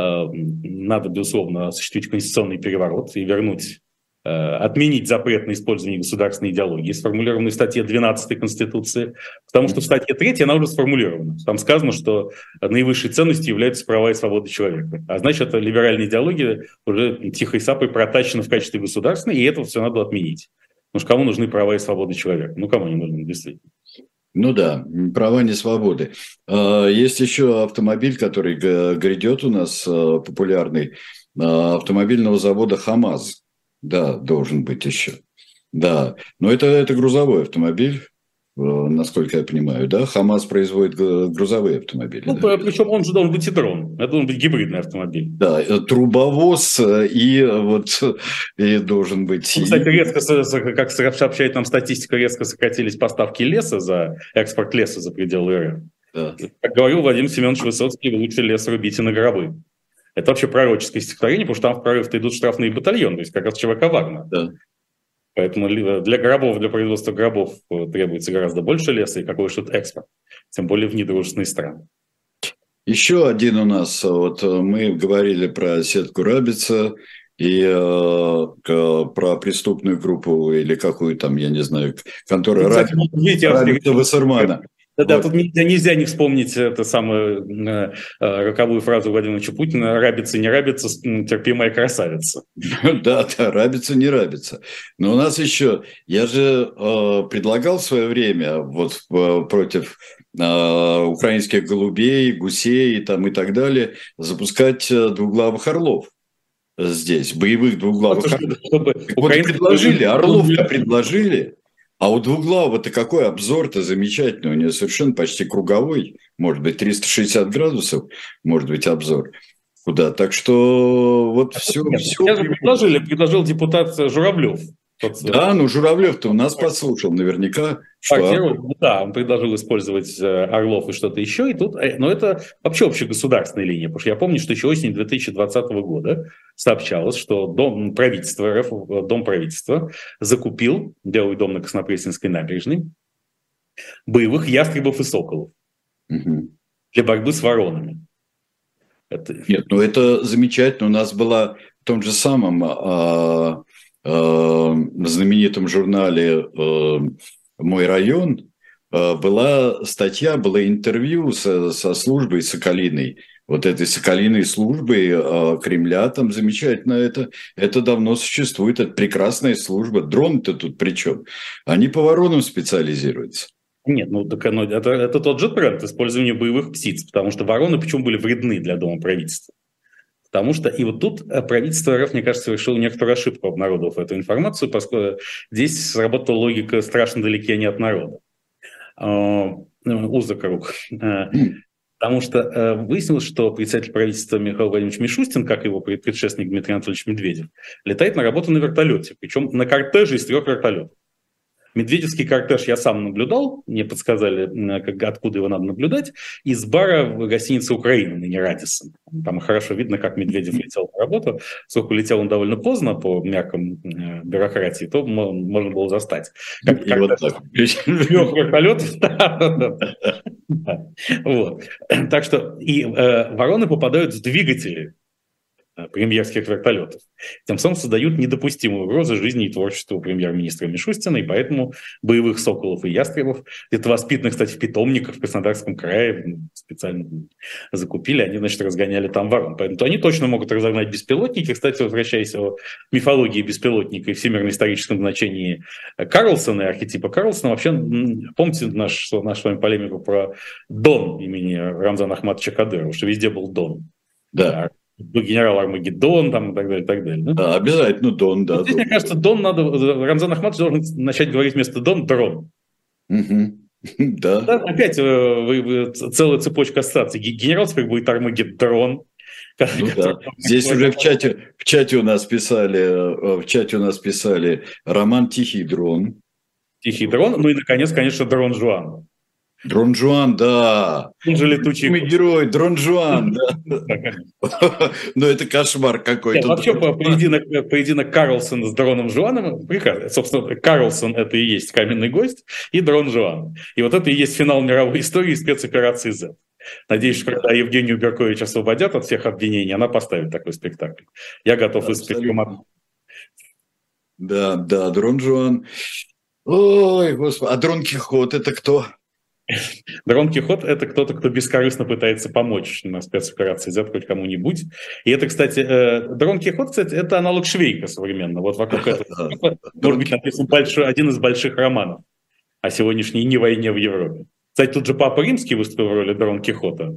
надо, безусловно, осуществить конституционный переворот и отменить запрет на использование государственной идеологии, сформулированной в статье 12 Конституции, потому что в статье 3 она уже сформулирована. Там сказано, что наивысшей ценностью являются права и свободы человека. А значит, эта либеральная идеология уже тихой сапой протащена в качестве государственной, и это все надо отменить. Потому что кому нужны права и свободы человека? Ну, кому они нужны, действительно? Ну да, права не свободы. Есть еще автомобиль, который грядет у нас, популярный, автомобильного завода «ХАМАЗ». Да, должен быть еще. Да, но это грузовой автомобиль, насколько я понимаю, да? ХАМАЗ производит грузовые автомобили. Ну, да? Причем он же должен быть и дрон. Это должен быть гибридный автомобиль. Да, трубовоз и должен быть... Ну, кстати, резко, как сообщает нам статистика, резко сократились поставки леса экспорт леса за пределы РФ. Да. Как говорил Владимир Семенович Высоцкий, лучше лес рубите на гробы. Это вообще пророческое стихотворение, потому что там в прорыв-то идут штрафные батальоны, то есть как раз ЧВК «Вагнер». Да. Поэтому для производства гробов требуется гораздо больше леса и какой-то тут экспорт, тем более в недружественные страны. Еще один у нас, вот мы говорили про сетку Рабица и про преступную группу или какую там, я не знаю, контора Рабица Вассермана. Да, вот. Тут нельзя не вспомнить эту самую роковую фразу Владимира Путина: «Рабица, не рабица, терпимая красавица». Да, рабица, не рабица. Но у нас еще, я же предлагал в свое время вот против украинских голубей, гусей там, и так далее запускать двуглавых орлов здесь, боевых двуглавых орлов. Вот предложили, орлов-то предложили. А у двуглавого-то какой обзор-то замечательный, у него совершенно почти круговой, может быть, 360 градусов, может быть, обзор. Куда? Так что вот все. Я же предложил депутат Журавлев. Да, ну Журавлев-то у нас послушал наверняка. Да, он предложил использовать орлов и что-то еще. Но это вообще общегосударственная линия. Потому что я помню, что еще осенью 2020 года сообщалось, что Дом правительства закупил, Белый дом на Краснопресненской набережной, боевых ястребов и соколов для борьбы с воронами. Нет, ну это замечательно. У нас была в том же самом знаменитом журнале «Мой район» была статья, было интервью со службой Соколиной, вот этой Соколиной службой Кремля, там замечательно это давно существует, это прекрасная служба. Дрон-то тут при чем? Они по воронам специализируются. Нет, ну так это тот же тренд использования боевых птиц, потому что вороны почему были вредны для Дома правительства? Потому что и вот тут правительство РФ, мне кажется, совершило некоторую ошибку, обнародовав эту информацию, поскольку здесь сработала логика «страшно далеки они от народа». Узок рук. Потому что выяснилось, что председатель правительства Михаил Владимирович Мишустин, как его предшественник Дмитрий Анатольевич Медведев, летает на работу на вертолете, причем на кортеже из 3 вертолетов. Медведевский кортеж я сам наблюдал, мне подсказали, откуда его надо наблюдать, из бара в гостинице «Украина», ныне «Радиссон». Там хорошо видно, как Медведев летел на работу. Поскольку летел он довольно поздно по меркам бюрократии, то можно было застать. Как вот так. 3 вертолетов. Вот. Так что и вороны попадают в двигатели премьерских вертолетов. Тем самым создают недопустимую угрозу жизни и творчеству премьер-министра Мишустина, и поэтому боевых соколов и ястребов, где-то воспитанных, кстати, в питомниках в Краснодарском крае, специально закупили, они, значит, разгоняли там ворон. Поэтому они точно могут разогнать беспилотники. Кстати, возвращаясь к мифологии беспилотника и всемирно историческом значении Карлсона и архетипа Карлсона, вообще, помните нашу с вами полемику про Дон имени Рамзана Ахматовича Кадырова, что везде был Дон? Да. Генерал Армагеддон, там, и так далее, и так далее. Да, обязательно Дон, да. Вот здесь, мне кажется, Дон надо... Рамзан Ахматович должен начать говорить вместо Дон дрон. Да. Опять целая цепочка ассоциаций. Генерал теперь будет Армагеддон. Здесь уже в чате у нас писали роман «Тихий дрон». Тихий дрон. Ну и, наконец, конечно, дрон Жуан. Дрон Жуан, да. Он же летучий герой, Дрон Жуан, да. Но это кошмар какой-то. Вообще, поединок Карлсона с Дроном Жуаном, прекрасно. Собственно, Карлсон – это и есть каменный гость, и Дрон Жуан. И вот это и есть финал мировой истории спецоперации Z. Надеюсь, что когда Евгению Беркович освободят от всех обвинений, она поставит такой спектакль. Я готов испить. Да, Дрон Жуан. Ой, господи. А Дрон Кихот – это кто? Дон Кихот – это кто-то, кто бескорыстно пытается помочь на спецоперации Z хоть кому-нибудь. И это, кстати, Дон Кихот, кстати, это аналог Швейка современно. Вот вокруг этого может быть написан один из больших романов о сегодняшней не войне в Европе. Кстати, тут же Папа Римский выступил в роли Дон Кихота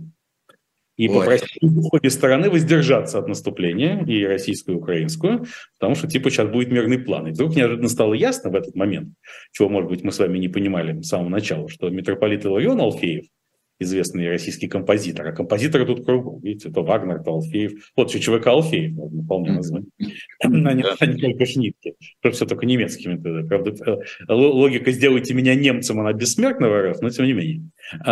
и попросил обе стороны воздержаться от наступления, и российскую, и украинскую, потому что типа сейчас будет мирный план. И вдруг неожиданно стало ясно в этот момент, чего, может быть, мы с вами не понимали с самого начала, что митрополит Иларион Алфеев, известный российский композитор, а композиторы тут кругом, видите, то Вагнер, то Алфеев, вот еще ЧВК Алфеев, можно вполне назвать, они только шнитки, что все только немецкими. Правда, логика «сделайте меня немцем», она бессмертна в РФ, но тем не менее.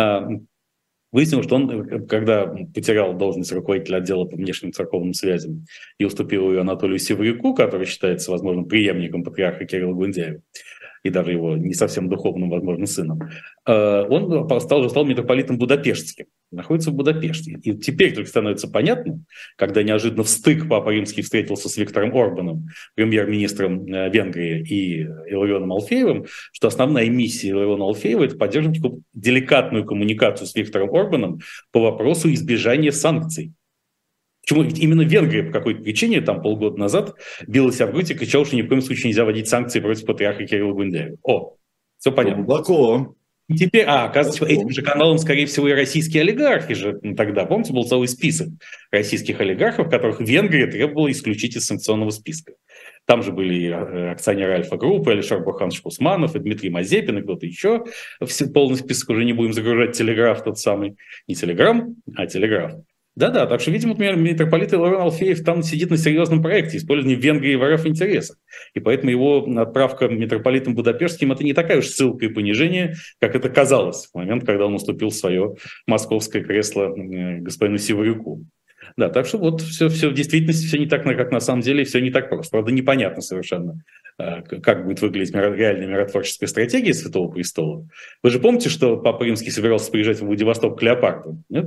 Выяснилось, что он, когда потерял должность руководителя отдела по внешним церковным связям и уступил ее Анатолию Севрюку, который считается, возможно, преемником патриарха Кирилла Гундяева, и даже его не совсем духовным, возможно, сыном, он стал митрополитом Будапештским, находится в Будапеште. И теперь только становится понятно, когда неожиданно в стык Папа Римский встретился с Виктором Орбаном, премьер-министром Венгрии, и Иларионом Алфеевым, что основная миссия Илариона Алфеева – это поддерживать деликатную коммуникацию с Виктором Орбаном по вопросу избежания санкций. Почему? Ведь именно Венгрия по какой-то причине там полгода назад билась об грудь и кричала, что ни в коем случае нельзя вводить санкции против патриарха Кирилла Гундяева. Все понятно. Глубоко. И теперь, оказывается, этим же каналом, скорее всего, и российские олигархи же тогда. Помните, был целый список российских олигархов, которых Венгрия требовала исключить из санкционного списка. Там же были и акционеры Альфа-группы, Алишер Бурханович Усманов, и Дмитрий Мазепин, и кто-то еще. Полный список уже не будем загружать. Телеграф тот самый. Не Телеграм, а Телеграф. Да, так что, видимо, например, митрополит Иларион Алфеев там сидит на серьезном проекте использования в Венгрии в РФ интересах. И поэтому его отправка митрополитом Будапештским – это не такая уж ссылка и понижение, как это казалось в момент, когда он уступил свое московское кресло господину Севрюку. Да, так что вот все в действительности все не так, как на самом деле, все не так просто. Правда, непонятно совершенно, как будет выглядеть реальная миротворческая стратегия Святого Престола. Вы же помните, что Папа Римский собирался приезжать в Владивосток к Леопарду, нет?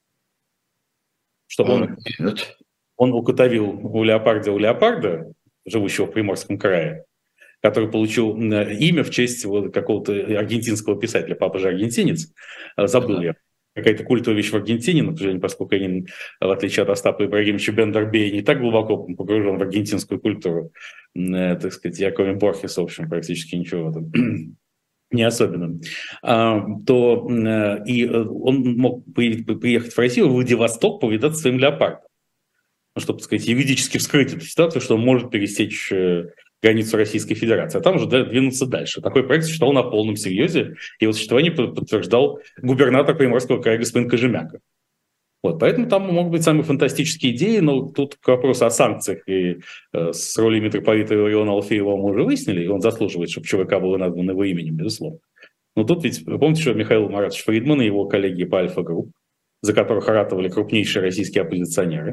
Чтобы он укотовил у леопарда, живущего в Приморском крае, который получил имя в честь какого-то аргентинского писателя. Папа же аргентинец, забыл я. Какая-то культовая вещь в Аргентине, например, поскольку они, в отличие от Остапа Ибрагимовича Бендербея, не так глубоко погружен в аргентинскую культуру, так сказать, я кроме Борхеса, в общем, практически ничего там не особенным, то и он мог приехать в Россию, в Владивосток, повидаться с своим леопардом. Ну, чтобы, так сказать, юридически вскрыть эту ситуацию, что он может пересечь границу Российской Федерации, а там уже двинуться дальше. Такой проект существовал на полном серьезе, и его существование подтверждал губернатор Приморского края господин Кожемяка. Вот, поэтому там могут быть самые фантастические идеи, но тут к вопросу о санкциях и с роли митрополита Иллариона Алфеева мы уже выяснили, и он заслуживает, чтобы ЧВК было названо его именем, безусловно. Но тут ведь, вы помните, что Михаил Маратович Фридман и его коллеги по Альфа-групп, за которых ратовали крупнейшие российские оппозиционеры,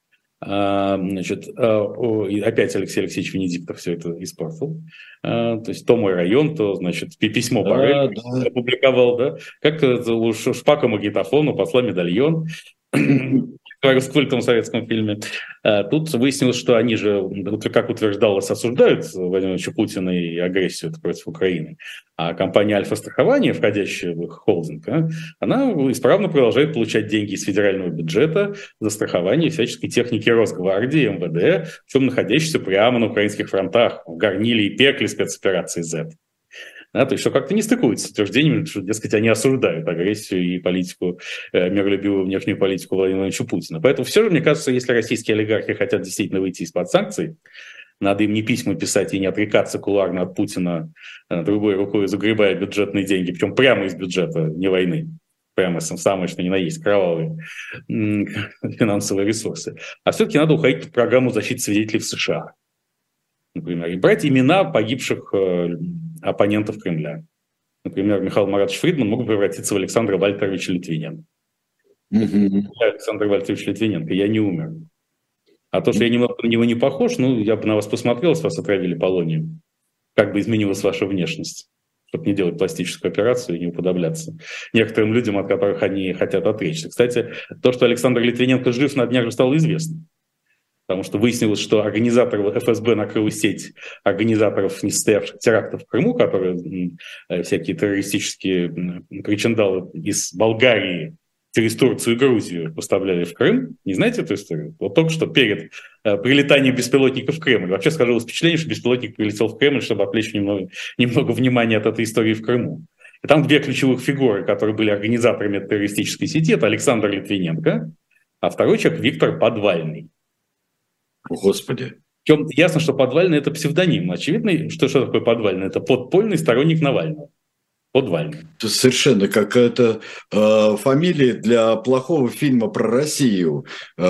опять Алексей Алексеевич Венедиктов все это испортил. То есть то мой район, то, значит, письмо Боррель опубликовал, да? Как-то у Шпака магнитофону посла медальон с культом в советском фильме. Тут выяснилось, что они же, как утверждалось, осуждают Владимира Владимировича Путина и агрессию против Украины. А компания «Альфа-страхование», входящая в их холдинг, она исправно продолжает получать деньги из федерального бюджета за страхование всяческой техники Росгвардии, МВД, причем находящейся прямо на украинских фронтах, в горниле и пекле спецоперации Z. Да, то есть, что как-то не стыкуется с утверждениями, что, дескать, они осуждают агрессию и политику, миролюбивую внешнюю политику Владимира Владимировича Путина. Поэтому все же, мне кажется, если российские олигархи хотят действительно выйти из-под санкций, надо им не письма писать и не отрекаться кулуарно от Путина, другой рукой загребая бюджетные деньги, причем прямо из бюджета, не войны, прямо самое, что ни на есть, кровавые финансовые ресурсы. А все-таки надо уходить в программу защиты свидетелей в США, например, и брать имена погибших оппонентов Кремля. Например, Михаил Маратович Фридман мог превратиться в Александра Вальтеровича Литвиненко. Александр Вальтерович Литвиненко, я не умер. А то, что я немного на него не похож, я бы на вас посмотрел, если вас отравили полонием. Как бы изменилась ваша внешность, чтобы не делать пластическую операцию и не уподобляться некоторым людям, от которых они хотят отречься. Кстати, то, что Александр Литвиненко жив, на днях же стало известно. Потому что выяснилось, что организатор ФСБ накрыл сеть организаторов несостоявшихся терактов в Крыму, которые всякие террористические причиндалы из Болгарии через Турцию и Грузию поставляли в Крым. Не знаете эту историю? Вот только что перед прилетанием беспилотника в Кремль. Вообще сложилось впечатление, что беспилотник прилетел в Кремль, чтобы отвлечь немного внимания от этой истории в Крыму. И там две ключевых фигуры, которые были организаторами террористической сети, это Александр Литвиненко, а второй человек Виктор Подвальный. Господи. Причем ясно, что Подвальный – это псевдоним. Очевидно, что такое Подвальный? Это подпольный сторонник Навального. Подвальный. Это совершенно какая-то фамилия для плохого фильма про Россию.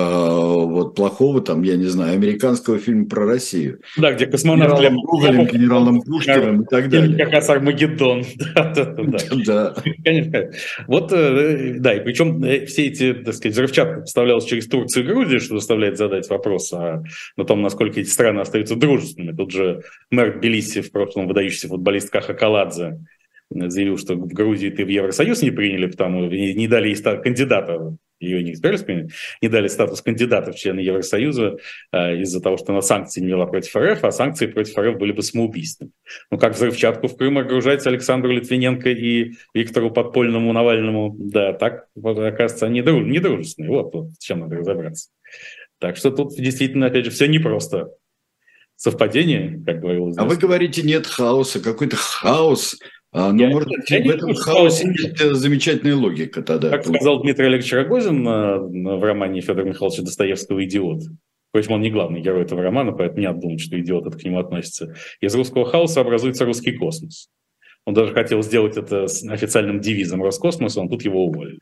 Вот плохого, там, я не знаю, американского фильма про Россию. Да, где космонавт генералом Пушкиным и так далее. Как раз Армагеддон. Да. Конечно. Вот, да, и причем все эти, так сказать, взрывчатка поставлялась через Турцию и Грузию, что заставляет задать вопрос о том, насколько эти страны остаются дружественными. Тут же мэр Тбилиси, в прошлом выдающийся футболист Хакаладзе, заявил, что в Грузии-то в Евросоюз не приняли, потому не дали ей кандидата, ее не избирались, не дали статус кандидата в члены Евросоюза из-за того, что она санкции не вела против РФ, а санкции против РФ были бы самоубийственными. Ну, как взрывчатку в Крым огружать Александру Литвиненко и Виктору Подпольному Навальному, да, так, оказывается, они недружественные. Вот с чем надо разобраться. Так что тут действительно, опять же, все непросто. Совпадение, как говорил здесь. А вы говорите, нет хаоса, какой-то хаос. Может быть, в этом хаосе есть замечательная логика тогда. Как сказал Дмитрий Олегович Рогозин в романе Федора Михайловича Достоевского «Идиот». Впрочем, он не главный герой этого романа, поэтому не надо думать, что «Идиот» это к нему относится. Из русского хаоса образуется русский космос. Он даже хотел сделать это с официальным девизом Роскосмоса, он тут его уволили.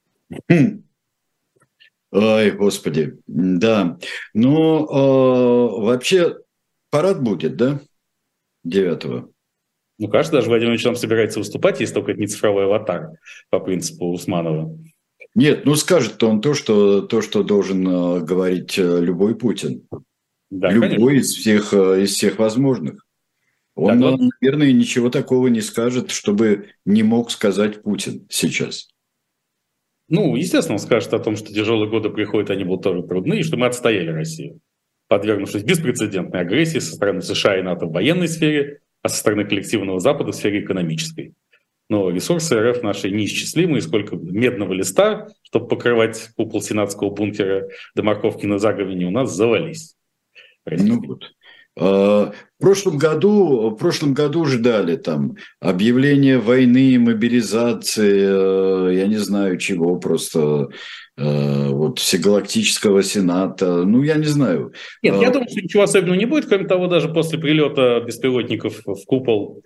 Ой, господи, да. Ну, вообще, парад будет, да? 9-го. Ну, кажется, даже Владимир Ильич там собирается выступать, если только это не цифровой аватар по принципу Усманова. Нет, скажет-то он то, что должен говорить любой Путин. Да, любой из всех возможных. Он, да, наверное, ничего такого не скажет, чтобы не мог сказать Путин сейчас. Ну, естественно, он скажет о том, что тяжелые годы приходят, они будут тоже трудны, и что мы отстояли Россию, подвергнувшись беспрецедентной агрессии со стороны США и НАТО в военной сфере, а со стороны коллективного Запада в сфере экономической. Но ресурсы РФ наши неисчислимы, и сколько медного листа, чтобы покрывать купол сенатского бункера до морковки на заговине, у нас завались. Ну вот. В прошлом году ждали там объявления войны, мобилизации, я не знаю чего, просто вот всегалактического сената, я не знаю. Нет, я думаю, что ничего особенного не будет, кроме того, даже после прилета беспилотников в купол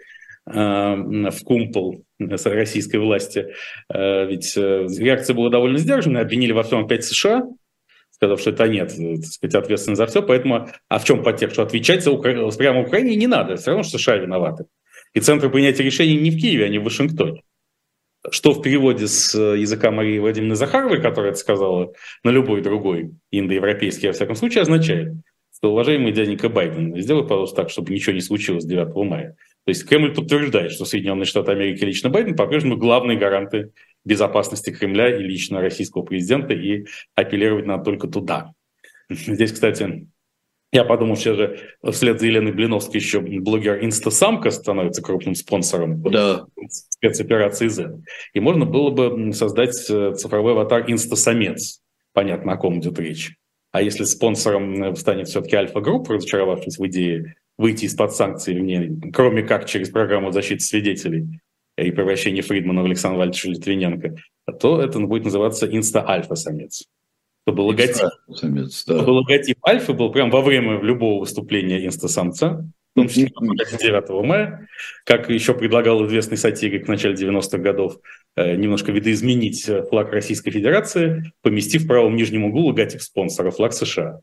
в кумпол российской власти. Ведь реакция была довольно сдержанная, обвинили во всем опять США, сказав, что это нет, так сказать, ответственны за все. Поэтому, а в чем подтекст? Что отвечать прямо Украине не надо, все равно, что США виноваты. И центр принятия решений не в Киеве, а не в Вашингтоне. Что в переводе с языка Марии Владимировны Захаровой, которая это сказала на любой другой индоевропейский, во всяком случае, означает, что, уважаемый дяденька Байден, сделай, пожалуйста, так, чтобы ничего не случилось 9 мая. То есть Кремль подтверждает, что Соединенные Штаты Америки, лично Байден, по-прежнему главные гаранты безопасности Кремля и лично российского президента, и апеллировать надо только туда. Здесь, кстати, я подумал, сейчас же вслед за Еленой Блиновской еще блогер Инстасамка становится крупным спонсором спецоперации Z. И можно было бы создать цифровой аватар Инстасамец. Понятно, о ком идет речь. А если спонсором станет все-таки Альфа-групп, разочаровавшись в идее выйти из-под санкций, кроме как через программу защиты свидетелей и превращения Фридмана в Александра Вальдовича Литвиненко, то это будет называться Инста-Альфа-самец. Чтобы логотип Альфы был прямо во время любого выступления инстасамца, в том числе 9 мая, как еще предлагал известный сатирик в начале 90-х годов, немножко видоизменить флаг Российской Федерации, поместив в правом нижнем углу логотип спонсора, флаг США.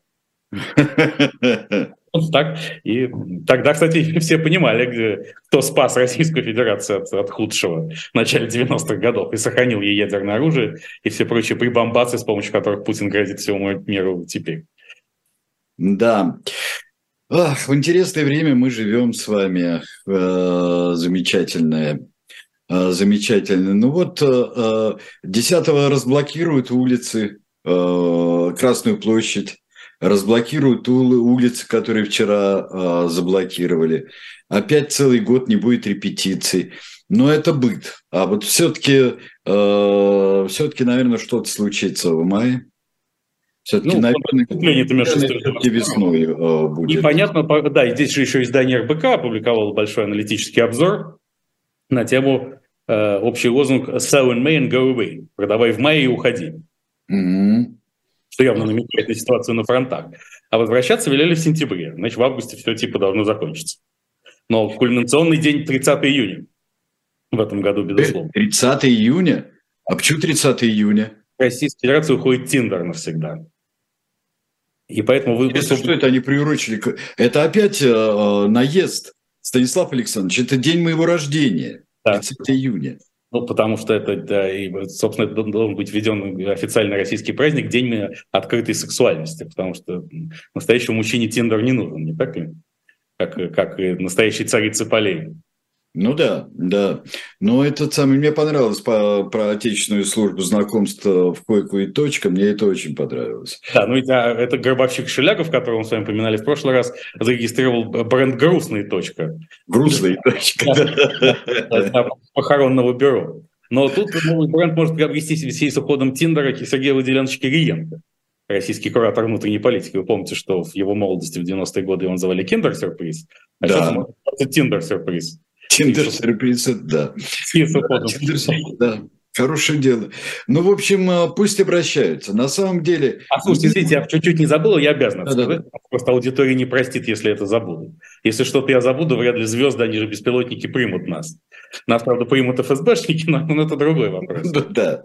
Вот так. И тогда, кстати, все понимали, кто спас Российскую Федерацию от худшего в начале 90-х годов и сохранил ей ядерное оружие и все прочие прибамбасы, с помощью которых Путин грозит всему миру теперь. Да. В интересное время мы живем с вами. Замечательное. Ну вот 10-го разблокируют улицы, Красную площадь. Разблокируют улицы, которые вчера заблокировали. Опять целый год не будет репетиций. Но это быт. А вот все-таки, наверное, что-то случится в мае. Все-таки, наверное, весной будет. Непонятно, да, и здесь же еще издание РБК опубликовало большой аналитический обзор на тему общий лозунг «Sell in May and go away». «Продавай в мае и уходи». Что явно намекает на ситуацию на фронтах. А возвращаться велели в сентябре. Значит, в августе все типа должно закончиться. Но кульминационный день 30 июня в этом году, безусловно. 30 июня? А почему 30 июня? В Российской Федерации уходит Тиндер навсегда. И поэтому что это они приурочили? Это опять наезд, Станислав Александрович. Это день моего рождения. 30 июня. Ну, потому что это, да, и, собственно, это должен быть введен официальный российский праздник, день открытой сексуальности, потому что настоящему мужчине Тиндер не нужен, не так ли? Как и настоящей царице полей. Ну да. Но мне понравилось про отечественную службу знакомств в койку и точка, мне это очень понравилось. Да, ну это гробовщик Шелягов, которого мы с вами упоминали в прошлый раз, зарегистрировал бренд «Грустная точка». «Грустная точка», да. Похоронного бюро. Но тут бренд может приобрести в связи с уходом Тиндера Сергея Владимировича Кириенко, российский куратор внутренней политики. Вы помните, что в его молодости в 90-е годы его называли «Киндер-сюрприз», а сейчас это «Тиндер-сюрприз». Тиндер-сюрприз, да. Да, хорошее дело. Ну, в общем, пусть обращаются. На самом деле... Слушайте, извините, я чуть-чуть не забыл, я обязан это сказать. Просто аудитория не простит, если это забуду. Если что-то я забуду, вряд ли звезды, они же беспилотники, примут нас. Нас, правда, примут ФСБшники, но это другой вопрос. Да.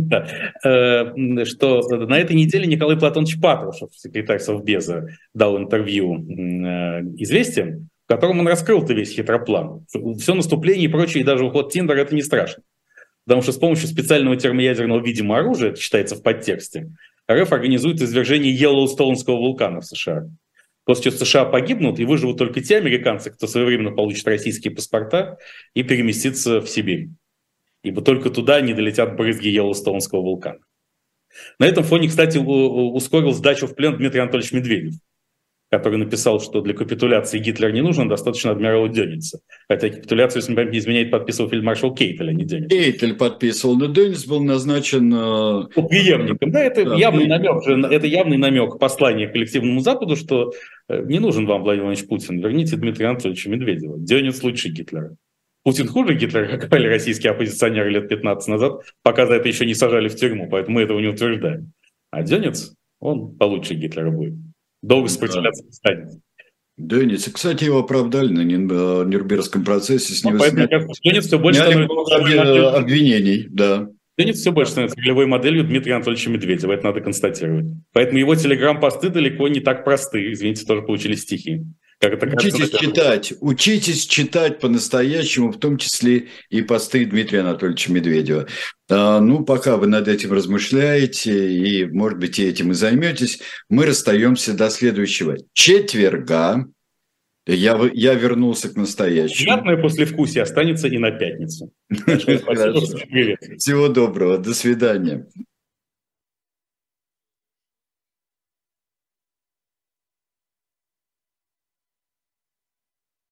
Что на этой неделе Николай Платонович Патрушев, секретарь Совбеза, дал интервью «Известиям», в котором он раскрыл-то весь хитроплан. Все наступление и прочее, и даже уход Тиндера – это не страшно. Потому что с помощью специального термоядерного, видимо, оружия, это читается в подтексте, РФ организует извержение Йеллоустоунского вулкана в США. После чего США погибнут, и выживут только те американцы, кто своевременно получит российские паспорта и переместится в Сибирь. Ибо только туда не долетят брызги Йеллоустоунского вулкана. На этом фоне, кстати, ускорил сдачу в плен Дмитрий Анатольевич Медведев, который написал, что для капитуляции Гитлер не нужен, достаточно адмирала Дёница. Хотя капитуляцию, если не изменяет, подписывал фельдмаршал Кейтель, а не Дёниц. Кейтель подписывал, но Дёниц был назначен... преемником. Да, это явный намек послания коллективному Западу, что не нужен вам Владимир Владимирович Путин, верните Дмитрия Анатольевича Медведева. Дёниц лучше Гитлера. Путин хуже Гитлера, как говорили российские оппозиционеры лет 15 назад, пока за это еще не сажали в тюрьму, поэтому мы этого не утверждаем. А Дёниц, он получше Гитлера будет. Долго сопротивляться не станет. Денис, кстати, его оправдали на Нюрнбергском процессе, с него Поэтому, мне кажется, Денис все больше сняли становится много обвинений, да. Денис все больше становится ролевой моделью Дмитрия Анатольевича Медведева, это надо констатировать. Поэтому его телеграм-посты далеко не так просты, извините, тоже получили стихи. Как это Учитесь читать по-настоящему, в том числе и посты Дмитрия Анатольевича Медведева. Ну, пока вы над этим размышляете, и, может быть, и этим и займетесь, мы расстаемся до следующего четверга. Я вернулся к настоящему. Приятное послевкусие останется и на пятницу. Спасибо, привет. Всего доброго, до свидания.